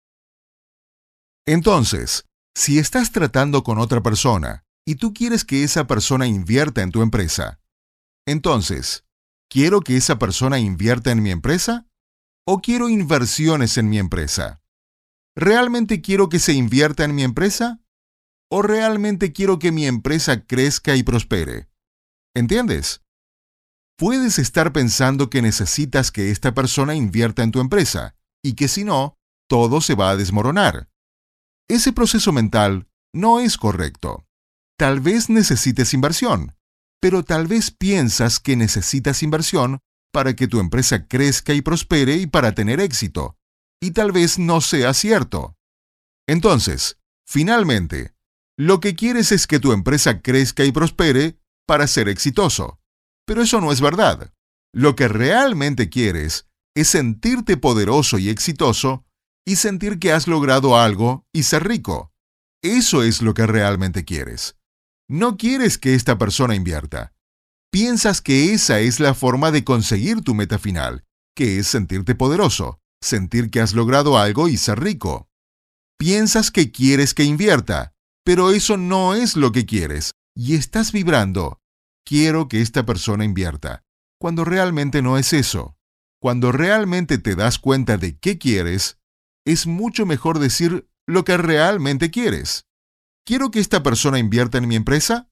Entonces, si estás tratando con otra persona y tú quieres que esa persona invierta en tu empresa, entonces, ¿quiero que esa persona invierta en mi empresa? ¿O quiero inversiones en mi empresa? ¿Realmente quiero que se invierta en mi empresa? ¿O realmente quiero que mi empresa crezca y prospere? ¿Entiendes? Puedes estar pensando que necesitas que esta persona invierta en tu empresa y que si no, todo se va a desmoronar. Ese proceso mental no es correcto. Tal vez necesites inversión, pero tal vez piensas que necesitas inversión para que tu empresa crezca y prospere y para tener éxito, y tal vez no sea cierto. Entonces, finalmente, lo que quieres es que tu empresa crezca y prospere para ser exitoso. Pero eso no es verdad. Lo que realmente quieres es sentirte poderoso y exitoso y sentir que has logrado algo y ser rico. Eso es lo que realmente quieres. No quieres que esta persona invierta. Piensas que esa es la forma de conseguir tu meta final, que es sentirte poderoso, sentir que has logrado algo y ser rico. Piensas que quieres que invierta, pero eso no es lo que quieres, y estás vibrando. Quiero que esta persona invierta, cuando realmente no es eso. Cuando realmente te das cuenta de qué quieres, es mucho mejor decir lo que realmente quieres. ¿Quiero que esta persona invierta en mi empresa?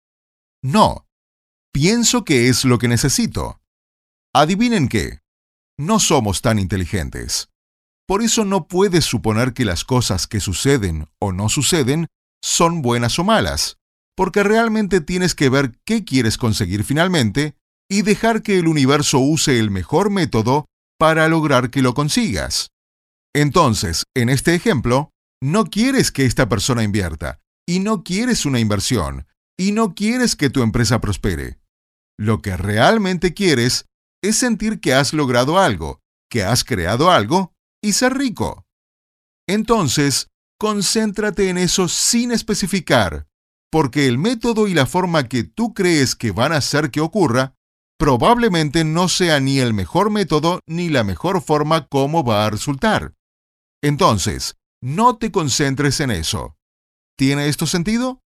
No. Pienso que es lo que necesito. Adivinen qué. No somos tan inteligentes. Por eso no puedes suponer que las cosas que suceden o no suceden son buenas o malas, porque realmente tienes que ver qué quieres conseguir finalmente y dejar que el universo use el mejor método para lograr que lo consigas. Entonces, en este ejemplo, no quieres que esta persona invierta, y no quieres una inversión, y no quieres que tu empresa prospere. Lo que realmente quieres es sentir que has logrado algo, que has creado algo, y ser rico. Entonces, concéntrate en eso sin especificar, porque el método y la forma que tú crees que van a hacer que ocurra, probablemente no sea ni el mejor método ni la mejor forma como va a resultar. Entonces, no te concentres en eso. ¿Tiene esto sentido?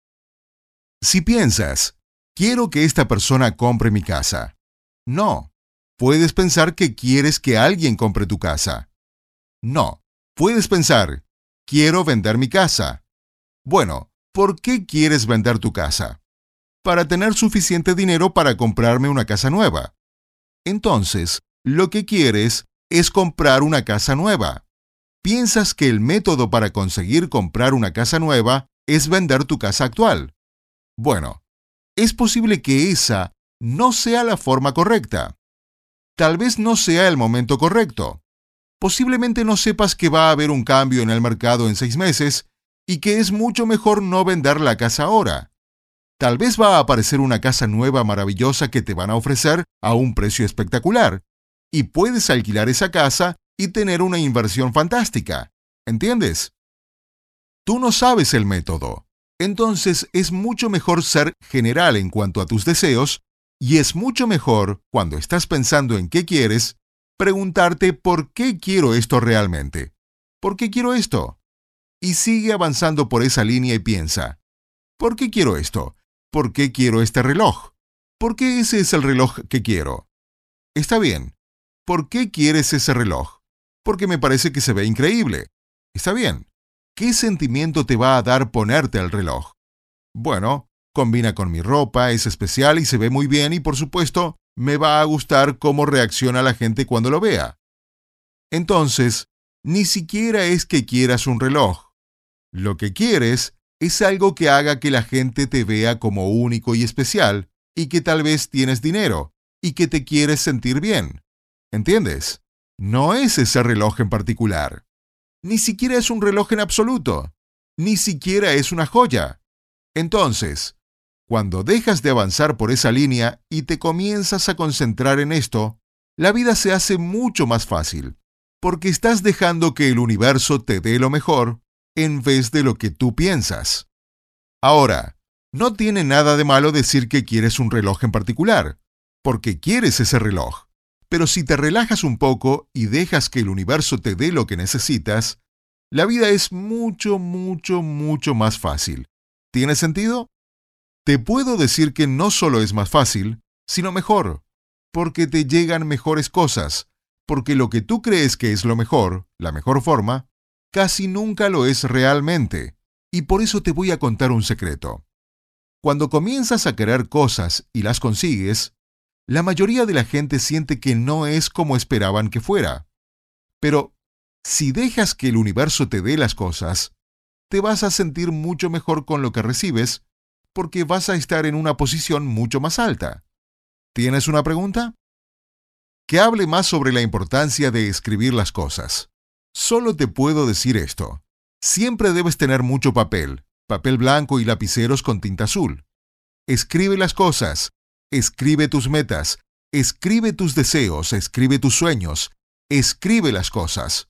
Si piensas, quiero que esta persona compre mi casa. No. Puedes pensar que quieres que alguien compre tu casa. No. Puedes pensar, quiero vender mi casa. Bueno, ¿por qué quieres vender tu casa? Para tener suficiente dinero para comprarme una casa nueva. Entonces, lo que quieres es comprar una casa nueva. Piensas que el método para conseguir comprar una casa nueva es vender tu casa actual. Bueno, es posible que esa no sea la forma correcta. Tal vez no sea el momento correcto. Posiblemente no sepas que va a haber un cambio en el mercado en 6 meses y que es mucho mejor no vender la casa ahora. Tal vez va a aparecer una casa nueva maravillosa que te van a ofrecer a un precio espectacular y puedes alquilar esa casa y tener una inversión fantástica. ¿Entiendes? Tú no sabes el método. Entonces es mucho mejor ser general en cuanto a tus deseos y es mucho mejor, cuando estás pensando en qué quieres, preguntarte por qué quiero esto realmente. ¿Por qué quiero esto? Y sigue avanzando por esa línea y piensa, ¿por qué quiero esto? ¿Por qué quiero este reloj? ¿Por qué ese es el reloj que quiero? Está bien. ¿Por qué quieres ese reloj? Porque me parece que se ve increíble. Está bien. ¿Qué sentimiento te va a dar ponerte el reloj? Bueno, combina con mi ropa, es especial y se ve muy bien y por supuesto me va a gustar cómo reacciona la gente cuando lo vea. Entonces, ni siquiera es que quieras un reloj. Lo que quieres es algo que haga que la gente te vea como único y especial y que tal vez tienes dinero y que te quieres sentir bien. ¿Entiendes? No es ese reloj en particular. Ni siquiera es un reloj en absoluto. Ni siquiera es una joya. Entonces, cuando dejas de avanzar por esa línea y te comienzas a concentrar en esto, la vida se hace mucho más fácil, porque estás dejando que el universo te dé lo mejor en vez de lo que tú piensas. Ahora, no tiene nada de malo decir que quieres un reloj en particular, porque quieres ese reloj. Pero si te relajas un poco y dejas que el universo te dé lo que necesitas, la vida es mucho, mucho, mucho más fácil. ¿Tiene sentido? Te puedo decir que no solo es más fácil, sino mejor, porque te llegan mejores cosas, porque lo que tú crees que es lo mejor, la mejor forma, casi nunca lo es realmente. Y por eso te voy a contar un secreto. Cuando comienzas a querer cosas y las consigues, la mayoría de la gente siente que no es como esperaban que fuera. Pero si dejas que el universo te dé las cosas, te vas a sentir mucho mejor con lo que recibes, porque vas a estar en una posición mucho más alta. ¿Tienes una pregunta? Que hable más sobre la importancia de escribir las cosas. Solo te puedo decir esto. Siempre debes tener mucho papel, papel blanco y lapiceros con tinta azul. Escribe las cosas, escribe tus metas, escribe tus deseos, escribe tus sueños, escribe las cosas.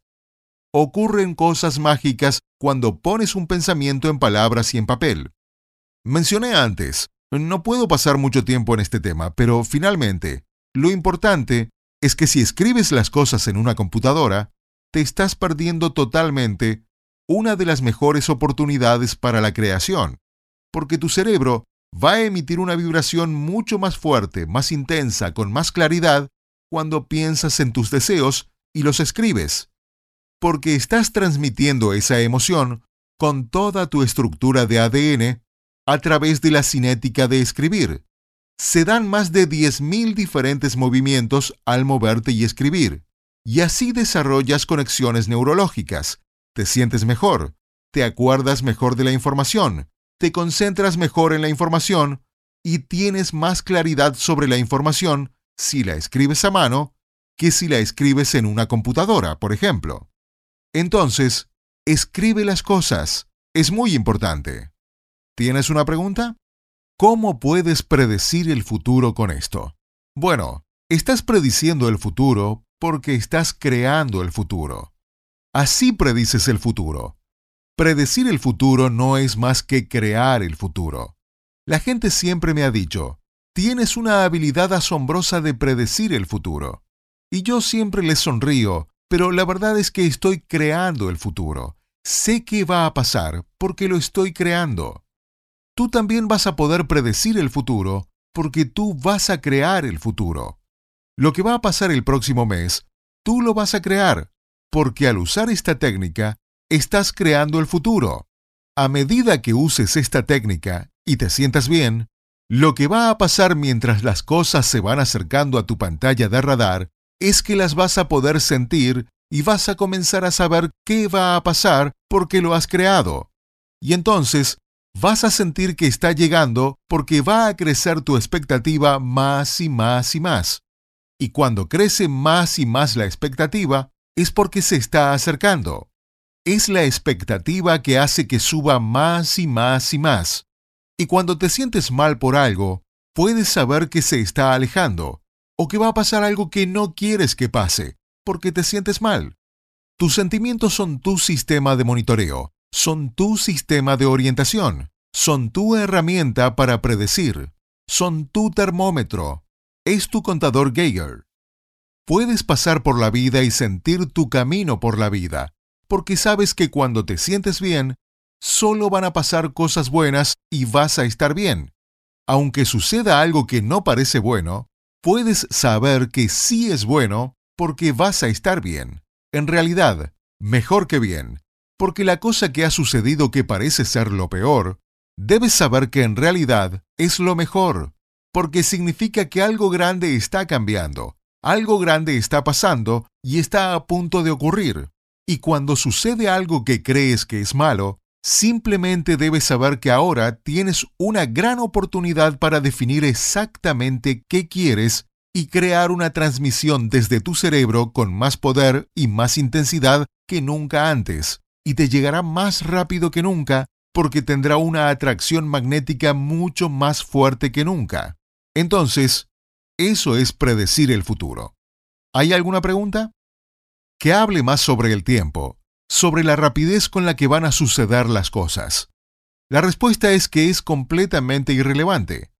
Ocurren cosas mágicas cuando pones un pensamiento en palabras y en papel. Mencioné antes, no puedo pasar mucho tiempo en este tema, pero finalmente, lo importante es que si escribes las cosas en una computadora, te estás perdiendo totalmente una de las mejores oportunidades para la creación, porque tu cerebro va a emitir una vibración mucho más fuerte, más intensa, con más claridad, cuando piensas en tus deseos y los escribes, porque estás transmitiendo esa emoción con toda tu estructura de ADN a través de la cinética de escribir. Se dan más de 10.000 diferentes movimientos al moverte y escribir, y así desarrollas conexiones neurológicas, te sientes mejor, te acuerdas mejor de la información, te concentras mejor en la información y tienes más claridad sobre la información si la escribes a mano que si la escribes en una computadora, por ejemplo. Entonces, escribe las cosas. Es muy importante. ¿Tienes una pregunta? ¿Cómo puedes predecir el futuro con esto? Bueno, estás prediciendo el futuro porque estás creando el futuro. Así predices el futuro. Predecir el futuro no es más que crear el futuro. La gente siempre me ha dicho, tienes una habilidad asombrosa de predecir el futuro. Y yo siempre les sonrío, pero la verdad es que estoy creando el futuro. Sé qué va a pasar porque lo estoy creando. Tú también vas a poder predecir el futuro porque tú vas a crear el futuro. Lo que va a pasar el próximo mes, tú lo vas a crear, porque al usar esta técnica, estás creando el futuro. A medida que uses esta técnica y te sientas bien, lo que va a pasar mientras las cosas se van acercando a tu pantalla de radar es que las vas a poder sentir y vas a comenzar a saber qué va a pasar porque lo has creado. Y entonces, vas a sentir que está llegando porque va a crecer tu expectativa más y más y más. Y cuando crece más y más la expectativa, es porque se está acercando. Es la expectativa que hace que suba más y más y más. Y cuando te sientes mal por algo, puedes saber que se está alejando o que va a pasar algo que no quieres que pase, porque te sientes mal. Tus sentimientos son tu sistema de monitoreo, son tu sistema de orientación, son tu herramienta para predecir, son tu termómetro, es tu contador Geiger. Puedes pasar por la vida y sentir tu camino por la vida, porque sabes que cuando te sientes bien, solo van a pasar cosas buenas y vas a estar bien. Aunque suceda algo que no parece bueno, puedes saber que sí es bueno porque vas a estar bien. En realidad, mejor que bien, porque la cosa que ha sucedido que parece ser lo peor, debes saber que en realidad es lo mejor, porque significa que algo grande está cambiando, algo grande está pasando y está a punto de ocurrir. Y cuando sucede algo que crees que es malo, simplemente debes saber que ahora tienes una gran oportunidad para definir exactamente qué quieres y crear una transmisión desde tu cerebro con más poder y más intensidad que nunca antes, y te llegará más rápido que nunca porque tendrá una atracción magnética mucho más fuerte que nunca. Entonces, eso es predecir el futuro. ¿Hay alguna pregunta? Que hable más sobre el tiempo, sobre la rapidez con la que van a suceder las cosas. La respuesta es que es completamente irrelevante.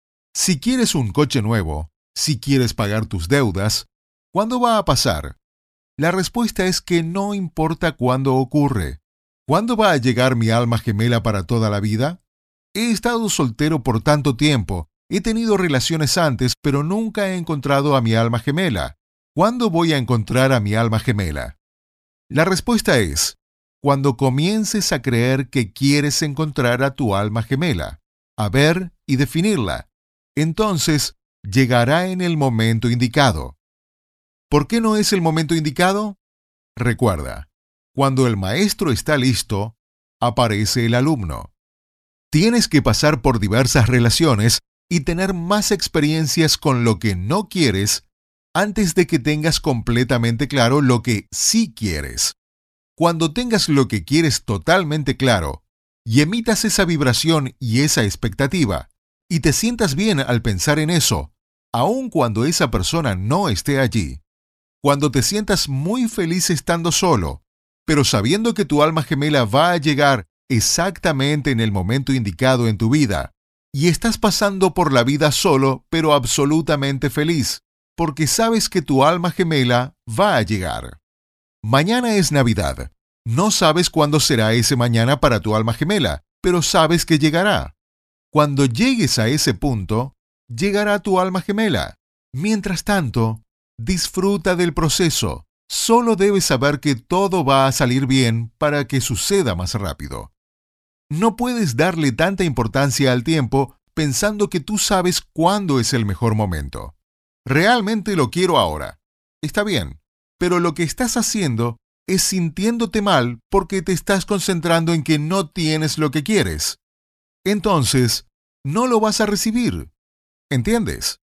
Si quieres un coche nuevo, si quieres pagar tus deudas, ¿cuándo va a pasar? La respuesta es que no importa cuándo ocurre. ¿Cuándo va a llegar mi alma gemela para toda la vida? He estado soltero por tanto tiempo, he tenido relaciones antes, pero nunca he encontrado a mi alma gemela. ¿Cuándo voy a encontrar a mi alma gemela? La respuesta es, cuando comiences a creer que quieres encontrar a tu alma gemela, a ver y definirla. Entonces, llegará en el momento indicado. ¿Por qué no es el momento indicado? Recuerda, cuando el maestro está listo, aparece el alumno. Tienes que pasar por diversas relaciones y tener más experiencias con lo que no quieres antes de que tengas completamente claro lo que sí quieres. Cuando tengas lo que quieres totalmente claro y emitas esa vibración y esa expectativa, y te sientas bien al pensar en eso, aun cuando esa persona no esté allí, cuando te sientas muy feliz estando solo, pero sabiendo que tu alma gemela va a llegar exactamente en el momento indicado en tu vida, y estás pasando por la vida solo, pero absolutamente feliz, porque sabes que tu alma gemela va a llegar. Mañana es Navidad. No sabes cuándo será ese mañana para tu alma gemela, pero sabes que llegará. Cuando llegues a ese punto, llegará tu alma gemela. Mientras tanto, disfruta del proceso. Solo debes saber que todo va a salir bien para que suceda más rápido. No puedes darle tanta importancia al tiempo pensando que tú sabes cuándo es el mejor momento. Realmente lo quiero ahora. Está bien, pero lo que estás haciendo es sintiéndote mal porque te estás concentrando en que no tienes lo que quieres. Entonces, no lo vas a recibir. ¿Entiendes?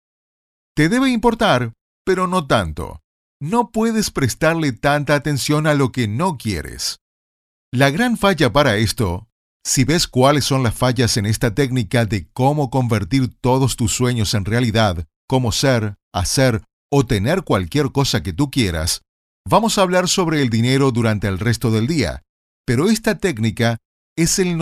Te debe importar, pero no tanto. No puedes prestarle tanta atención a lo que no quieres. La gran falla para esto, si ves cuáles son las fallas en esta técnica de cómo convertir todos tus sueños en realidad, cómo ser, hacer o tener cualquier cosa que tú quieras, vamos a hablar sobre el dinero durante el resto del día, pero esta técnica es el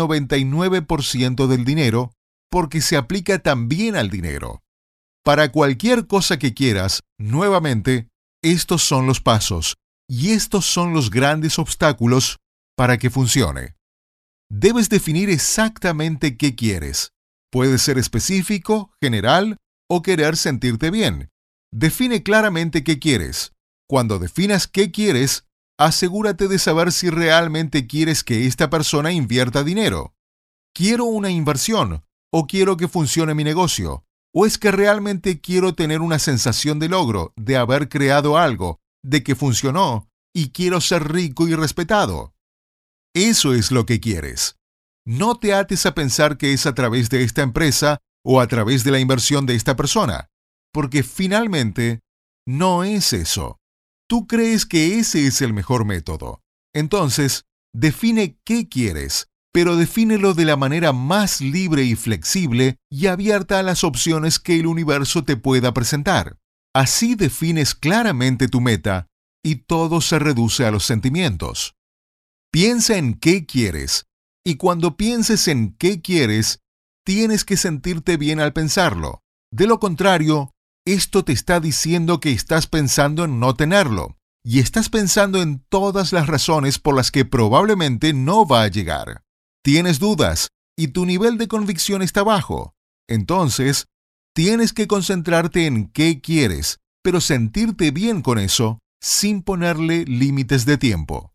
99% del dinero porque se aplica también al dinero. Para cualquier cosa que quieras, nuevamente, estos son los pasos y estos son los grandes obstáculos para que funcione. Debes definir exactamente qué quieres. Puede ser específico, general o querer sentirte bien. Define claramente qué quieres. Cuando definas qué quieres, asegúrate de saber si realmente quieres que esta persona invierta dinero. ¿Quiero una inversión? ¿O quiero que funcione mi negocio? ¿O es que realmente quiero tener una sensación de logro, de haber creado algo, de que funcionó, y quiero ser rico y respetado? Eso es lo que quieres. No te ates a pensar que es a través de esta empresa o a través de la inversión de esta persona, porque finalmente no es eso. Tú crees que ese es el mejor método. Entonces, define qué quieres, pero defínelo de la manera más libre y flexible y abierta a las opciones que el universo te pueda presentar. Así defines claramente tu meta y todo se reduce a los sentimientos. Piensa en qué quieres, y cuando pienses en qué quieres, tienes que sentirte bien al pensarlo. De lo contrario, esto te está diciendo que estás pensando en no tenerlo, y estás pensando en todas las razones por las que probablemente no va a llegar. Tienes dudas, y tu nivel de convicción está bajo. Entonces, tienes que concentrarte en qué quieres, pero sentirte bien con eso, sin ponerle límites de tiempo.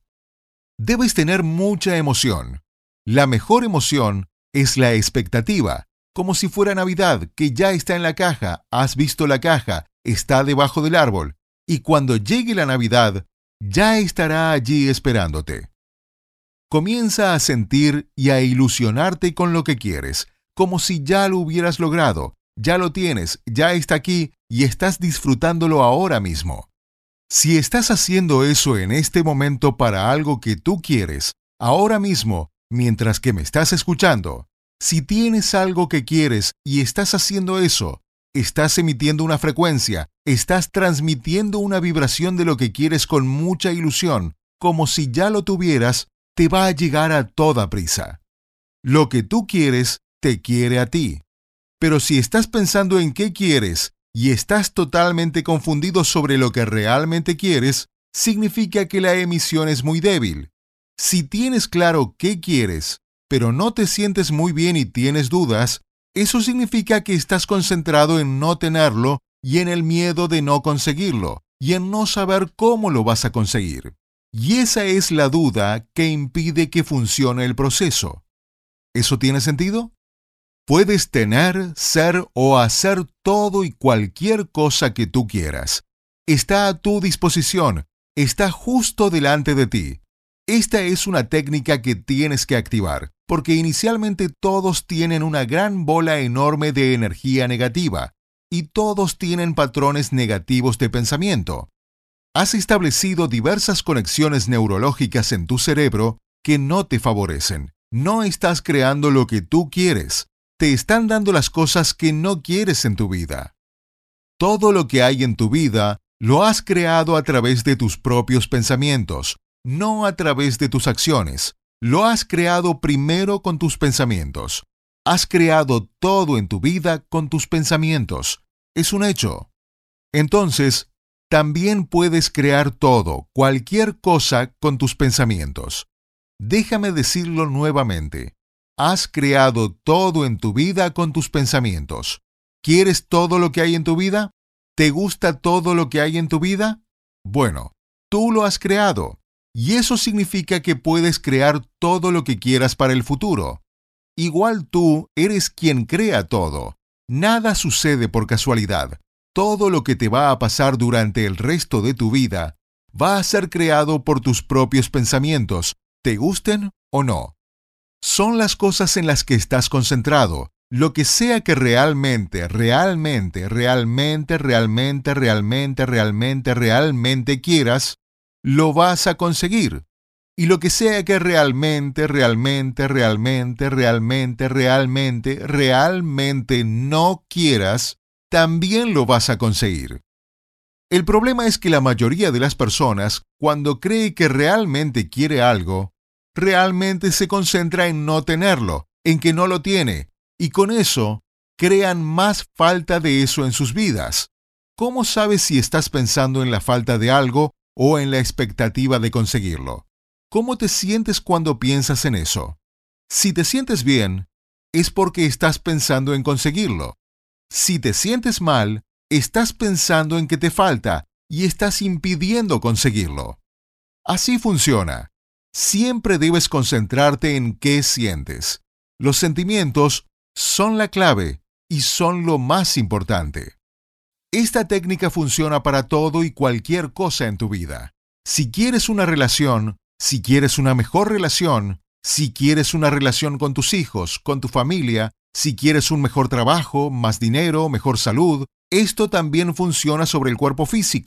Debes tener mucha emoción. La mejor emoción es la expectativa, como si fuera Navidad, que ya está en la caja, has visto la caja, está debajo del árbol, y cuando llegue la Navidad, ya estará allí esperándote. Comienza a sentir y a ilusionarte con lo que quieres, como si ya lo hubieras logrado, ya lo tienes, ya está aquí y estás disfrutándolo ahora mismo. Si estás haciendo eso en este momento para algo que tú quieres, ahora mismo, mientras que me estás escuchando, si tienes algo que quieres y estás haciendo eso, estás emitiendo una frecuencia, estás transmitiendo una vibración de lo que quieres con mucha ilusión, como si ya lo tuvieras, te va a llegar a toda prisa. Lo que tú quieres, te quiere a ti. Pero si estás pensando en qué quieres y estás totalmente confundido sobre lo que realmente quieres, significa que la emisión es muy débil. Si tienes claro qué quieres, pero no te sientes muy bien y tienes dudas, eso significa que estás concentrado en no tenerlo y en el miedo de no conseguirlo, y en no saber cómo lo vas a conseguir. Y esa es la duda que impide que funcione el proceso. ¿Eso tiene sentido? Puedes tener, ser o hacer todo y cualquier cosa que tú quieras. Está a tu disposición, está justo delante de ti. Esta es una técnica que tienes que activar, porque inicialmente todos tienen una gran bola enorme de energía negativa, y todos tienen patrones negativos de pensamiento. Has establecido diversas conexiones neurológicas en tu cerebro que no te favorecen. No estás creando lo que tú quieres. Te están dando las cosas que no quieres en tu vida. Todo lo que hay en tu vida lo has creado a través de tus propios pensamientos, no a través de tus acciones. Lo has creado primero con tus pensamientos. Has creado todo en tu vida con tus pensamientos. Es un hecho. Entonces, también puedes crear todo, cualquier cosa, con tus pensamientos. Déjame decirlo nuevamente. Has creado todo en tu vida con tus pensamientos. ¿Quieres todo lo que hay en tu vida? ¿Te gusta todo lo que hay en tu vida? Bueno, tú lo has creado. Y eso significa que puedes crear todo lo que quieras para el futuro. Igual tú eres quien crea todo. Nada sucede por casualidad. Todo lo que te va a pasar durante el resto de tu vida va a ser creado por tus propios pensamientos, te gusten o no. Son las cosas en las que estás concentrado. Lo que sea que realmente quieras, lo vas a conseguir. Y lo que sea que realmente no quieras, también lo vas a conseguir. El problema es que la mayoría de las personas, cuando cree que realmente quiere algo, realmente se concentra en no tenerlo, en que no lo tiene, y con eso crean más falta de eso en sus vidas. ¿Cómo sabes si estás pensando en la falta de algo o en la expectativa de conseguirlo? ¿Cómo te sientes cuando piensas en eso? Si te sientes bien, es porque estás pensando en conseguirlo. Si te sientes mal, estás pensando en que te falta y estás impidiendo conseguirlo. Así funciona. Siempre debes concentrarte en qué sientes. Los sentimientos son la clave y son lo más importante. Esta técnica funciona para todo y cualquier cosa en tu vida. Si quieres una relación, si quieres una mejor relación, si quieres una relación con tus hijos, con tu familia, si quieres un mejor trabajo, más dinero, mejor salud, esto también funciona sobre el cuerpo físico.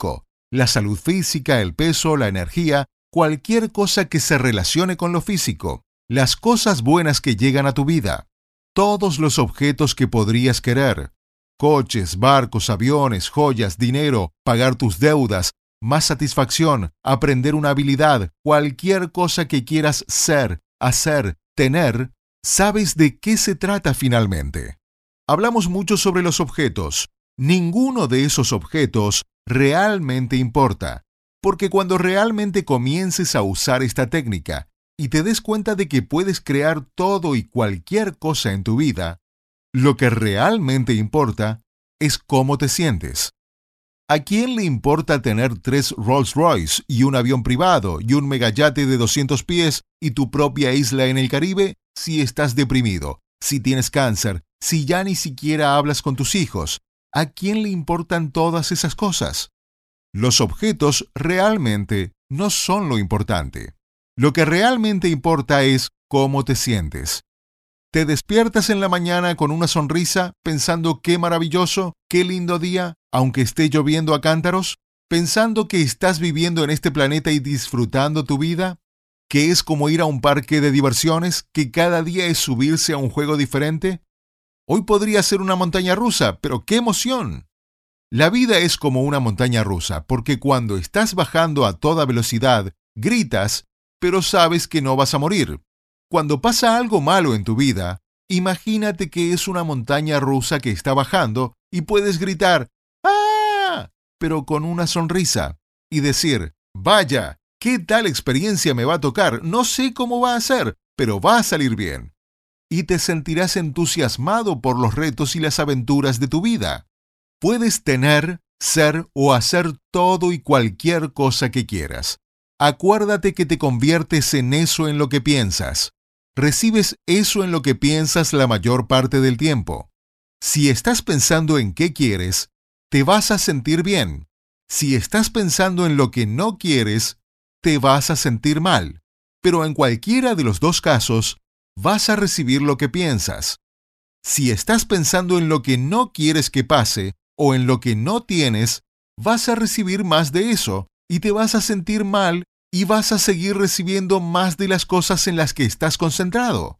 la salud física, el peso, la energía, cualquier cosa que se relacione con lo físico, las cosas buenas que llegan a tu vida, todos los objetos que podrías querer, coches, barcos, aviones, joyas, dinero, pagar tus deudas, más satisfacción, aprender una habilidad, cualquier cosa que quieras ser, hacer, tener, ¿sabes de qué se trata finalmente? Hablamos mucho sobre los objetos. Ninguno de esos objetos realmente importa, porque cuando realmente comiences a usar esta técnica y te des cuenta de que puedes crear todo y cualquier cosa en tu vida, lo que realmente importa es cómo te sientes. ¿A quién le importa tener 3 Rolls Royce y un avión privado y un megayate de 200 pies y tu propia isla en el Caribe si estás deprimido, si tienes cáncer, si ya ni siquiera hablas con tus hijos? ¿A quién le importan todas esas cosas? Los objetos realmente no son lo importante. Lo que realmente importa es cómo te sientes. ¿Te despiertas en la mañana con una sonrisa pensando qué maravilloso, qué lindo día, aunque esté lloviendo a cántaros? ¿Pensando que estás viviendo en este planeta y disfrutando tu vida? ¿Que es como ir a un parque de diversiones, que cada día es subirse a un juego diferente? Hoy podría ser una montaña rusa, pero ¡qué emoción! La vida es como una montaña rusa, porque cuando estás bajando a toda velocidad, gritas, pero sabes que no vas a morir. Cuando pasa algo malo en tu vida, imagínate que es una montaña rusa que está bajando y puedes gritar ¡ah!, pero con una sonrisa, y decir, vaya, ¿qué tal experiencia me va a tocar? No sé cómo va a ser, pero va a salir bien. Y te sentirás entusiasmado por los retos y las aventuras de tu vida. Puedes tener, ser o hacer todo y cualquier cosa que quieras. Acuérdate que te conviertes en eso en lo que piensas. Recibes eso en lo que piensas la mayor parte del tiempo. Si estás pensando en qué quieres, te vas a sentir bien. Si estás pensando en lo que no quieres, te vas a sentir mal. Pero en cualquiera de los dos casos, vas a recibir lo que piensas. Si estás pensando en lo que no quieres que pase o en lo que no tienes, vas a recibir más de eso y te vas a sentir mal y vas a seguir recibiendo más de las cosas en las que estás concentrado.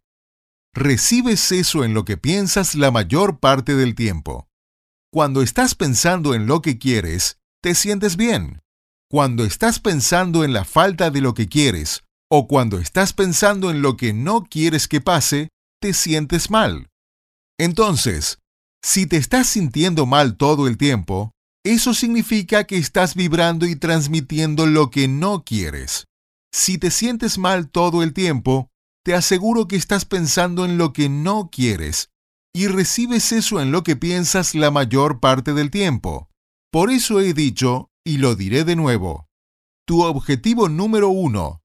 Recibes eso en lo que piensas la mayor parte del tiempo. Cuando estás pensando en lo que quieres, te sientes bien. Cuando estás pensando en la falta de lo que quieres o cuando estás pensando en lo que no quieres que pase, te sientes mal. Entonces, si te estás sintiendo mal todo el tiempo, eso significa que estás vibrando y transmitiendo lo que no quieres. Si te sientes mal todo el tiempo, te aseguro que estás pensando en lo que no quieres y recibes eso en lo que piensas la mayor parte del tiempo. Por eso he dicho, y lo diré de nuevo, tu objetivo número uno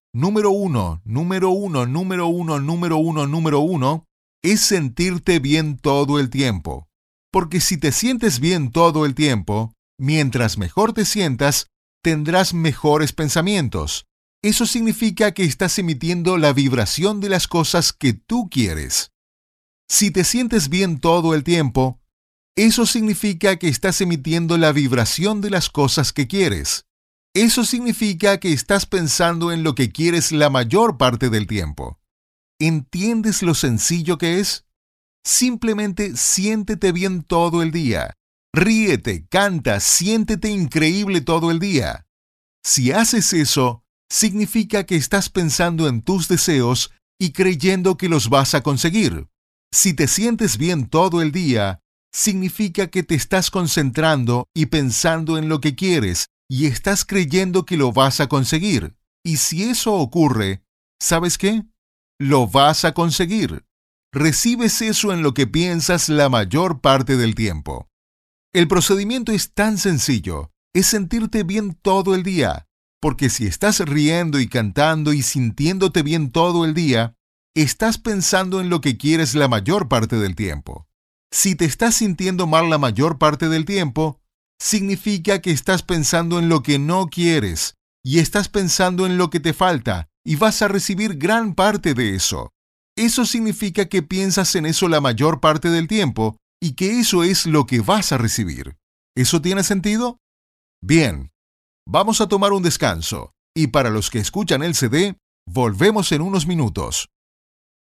es sentirte bien todo el tiempo. Porque si te sientes bien todo el tiempo, mientras mejor te sientas, tendrás mejores pensamientos. Eso significa que estás emitiendo la vibración de las cosas que tú quieres. Si te sientes bien todo el tiempo, eso significa que estás emitiendo la vibración de las cosas que quieres. Eso significa que estás pensando en lo que quieres la mayor parte del tiempo. ¿Entiendes lo sencillo que es? Simplemente siéntete bien todo el día. Ríete, canta, siéntete increíble todo el día. Si haces eso, significa que estás pensando en tus deseos y creyendo que los vas a conseguir. Si te sientes bien todo el día, significa que te estás concentrando y pensando en lo que quieres y estás creyendo que lo vas a conseguir. Y si eso ocurre, ¿sabes qué? Lo vas a conseguir. Recibes eso en lo que piensas la mayor parte del tiempo. El procedimiento es tan sencillo, es sentirte bien todo el día, porque si estás riendo y cantando y sintiéndote bien todo el día, estás pensando en lo que quieres la mayor parte del tiempo. Si te estás sintiendo mal la mayor parte del tiempo, significa que estás pensando en lo que no quieres y estás pensando en lo que te falta y vas a recibir gran parte de eso. Eso significa que piensas en eso la mayor parte del tiempo y que eso es lo que vas a recibir. ¿Eso tiene sentido? Bien. Vamos a tomar un descanso y para los que escuchan el CD, volvemos en unos minutos.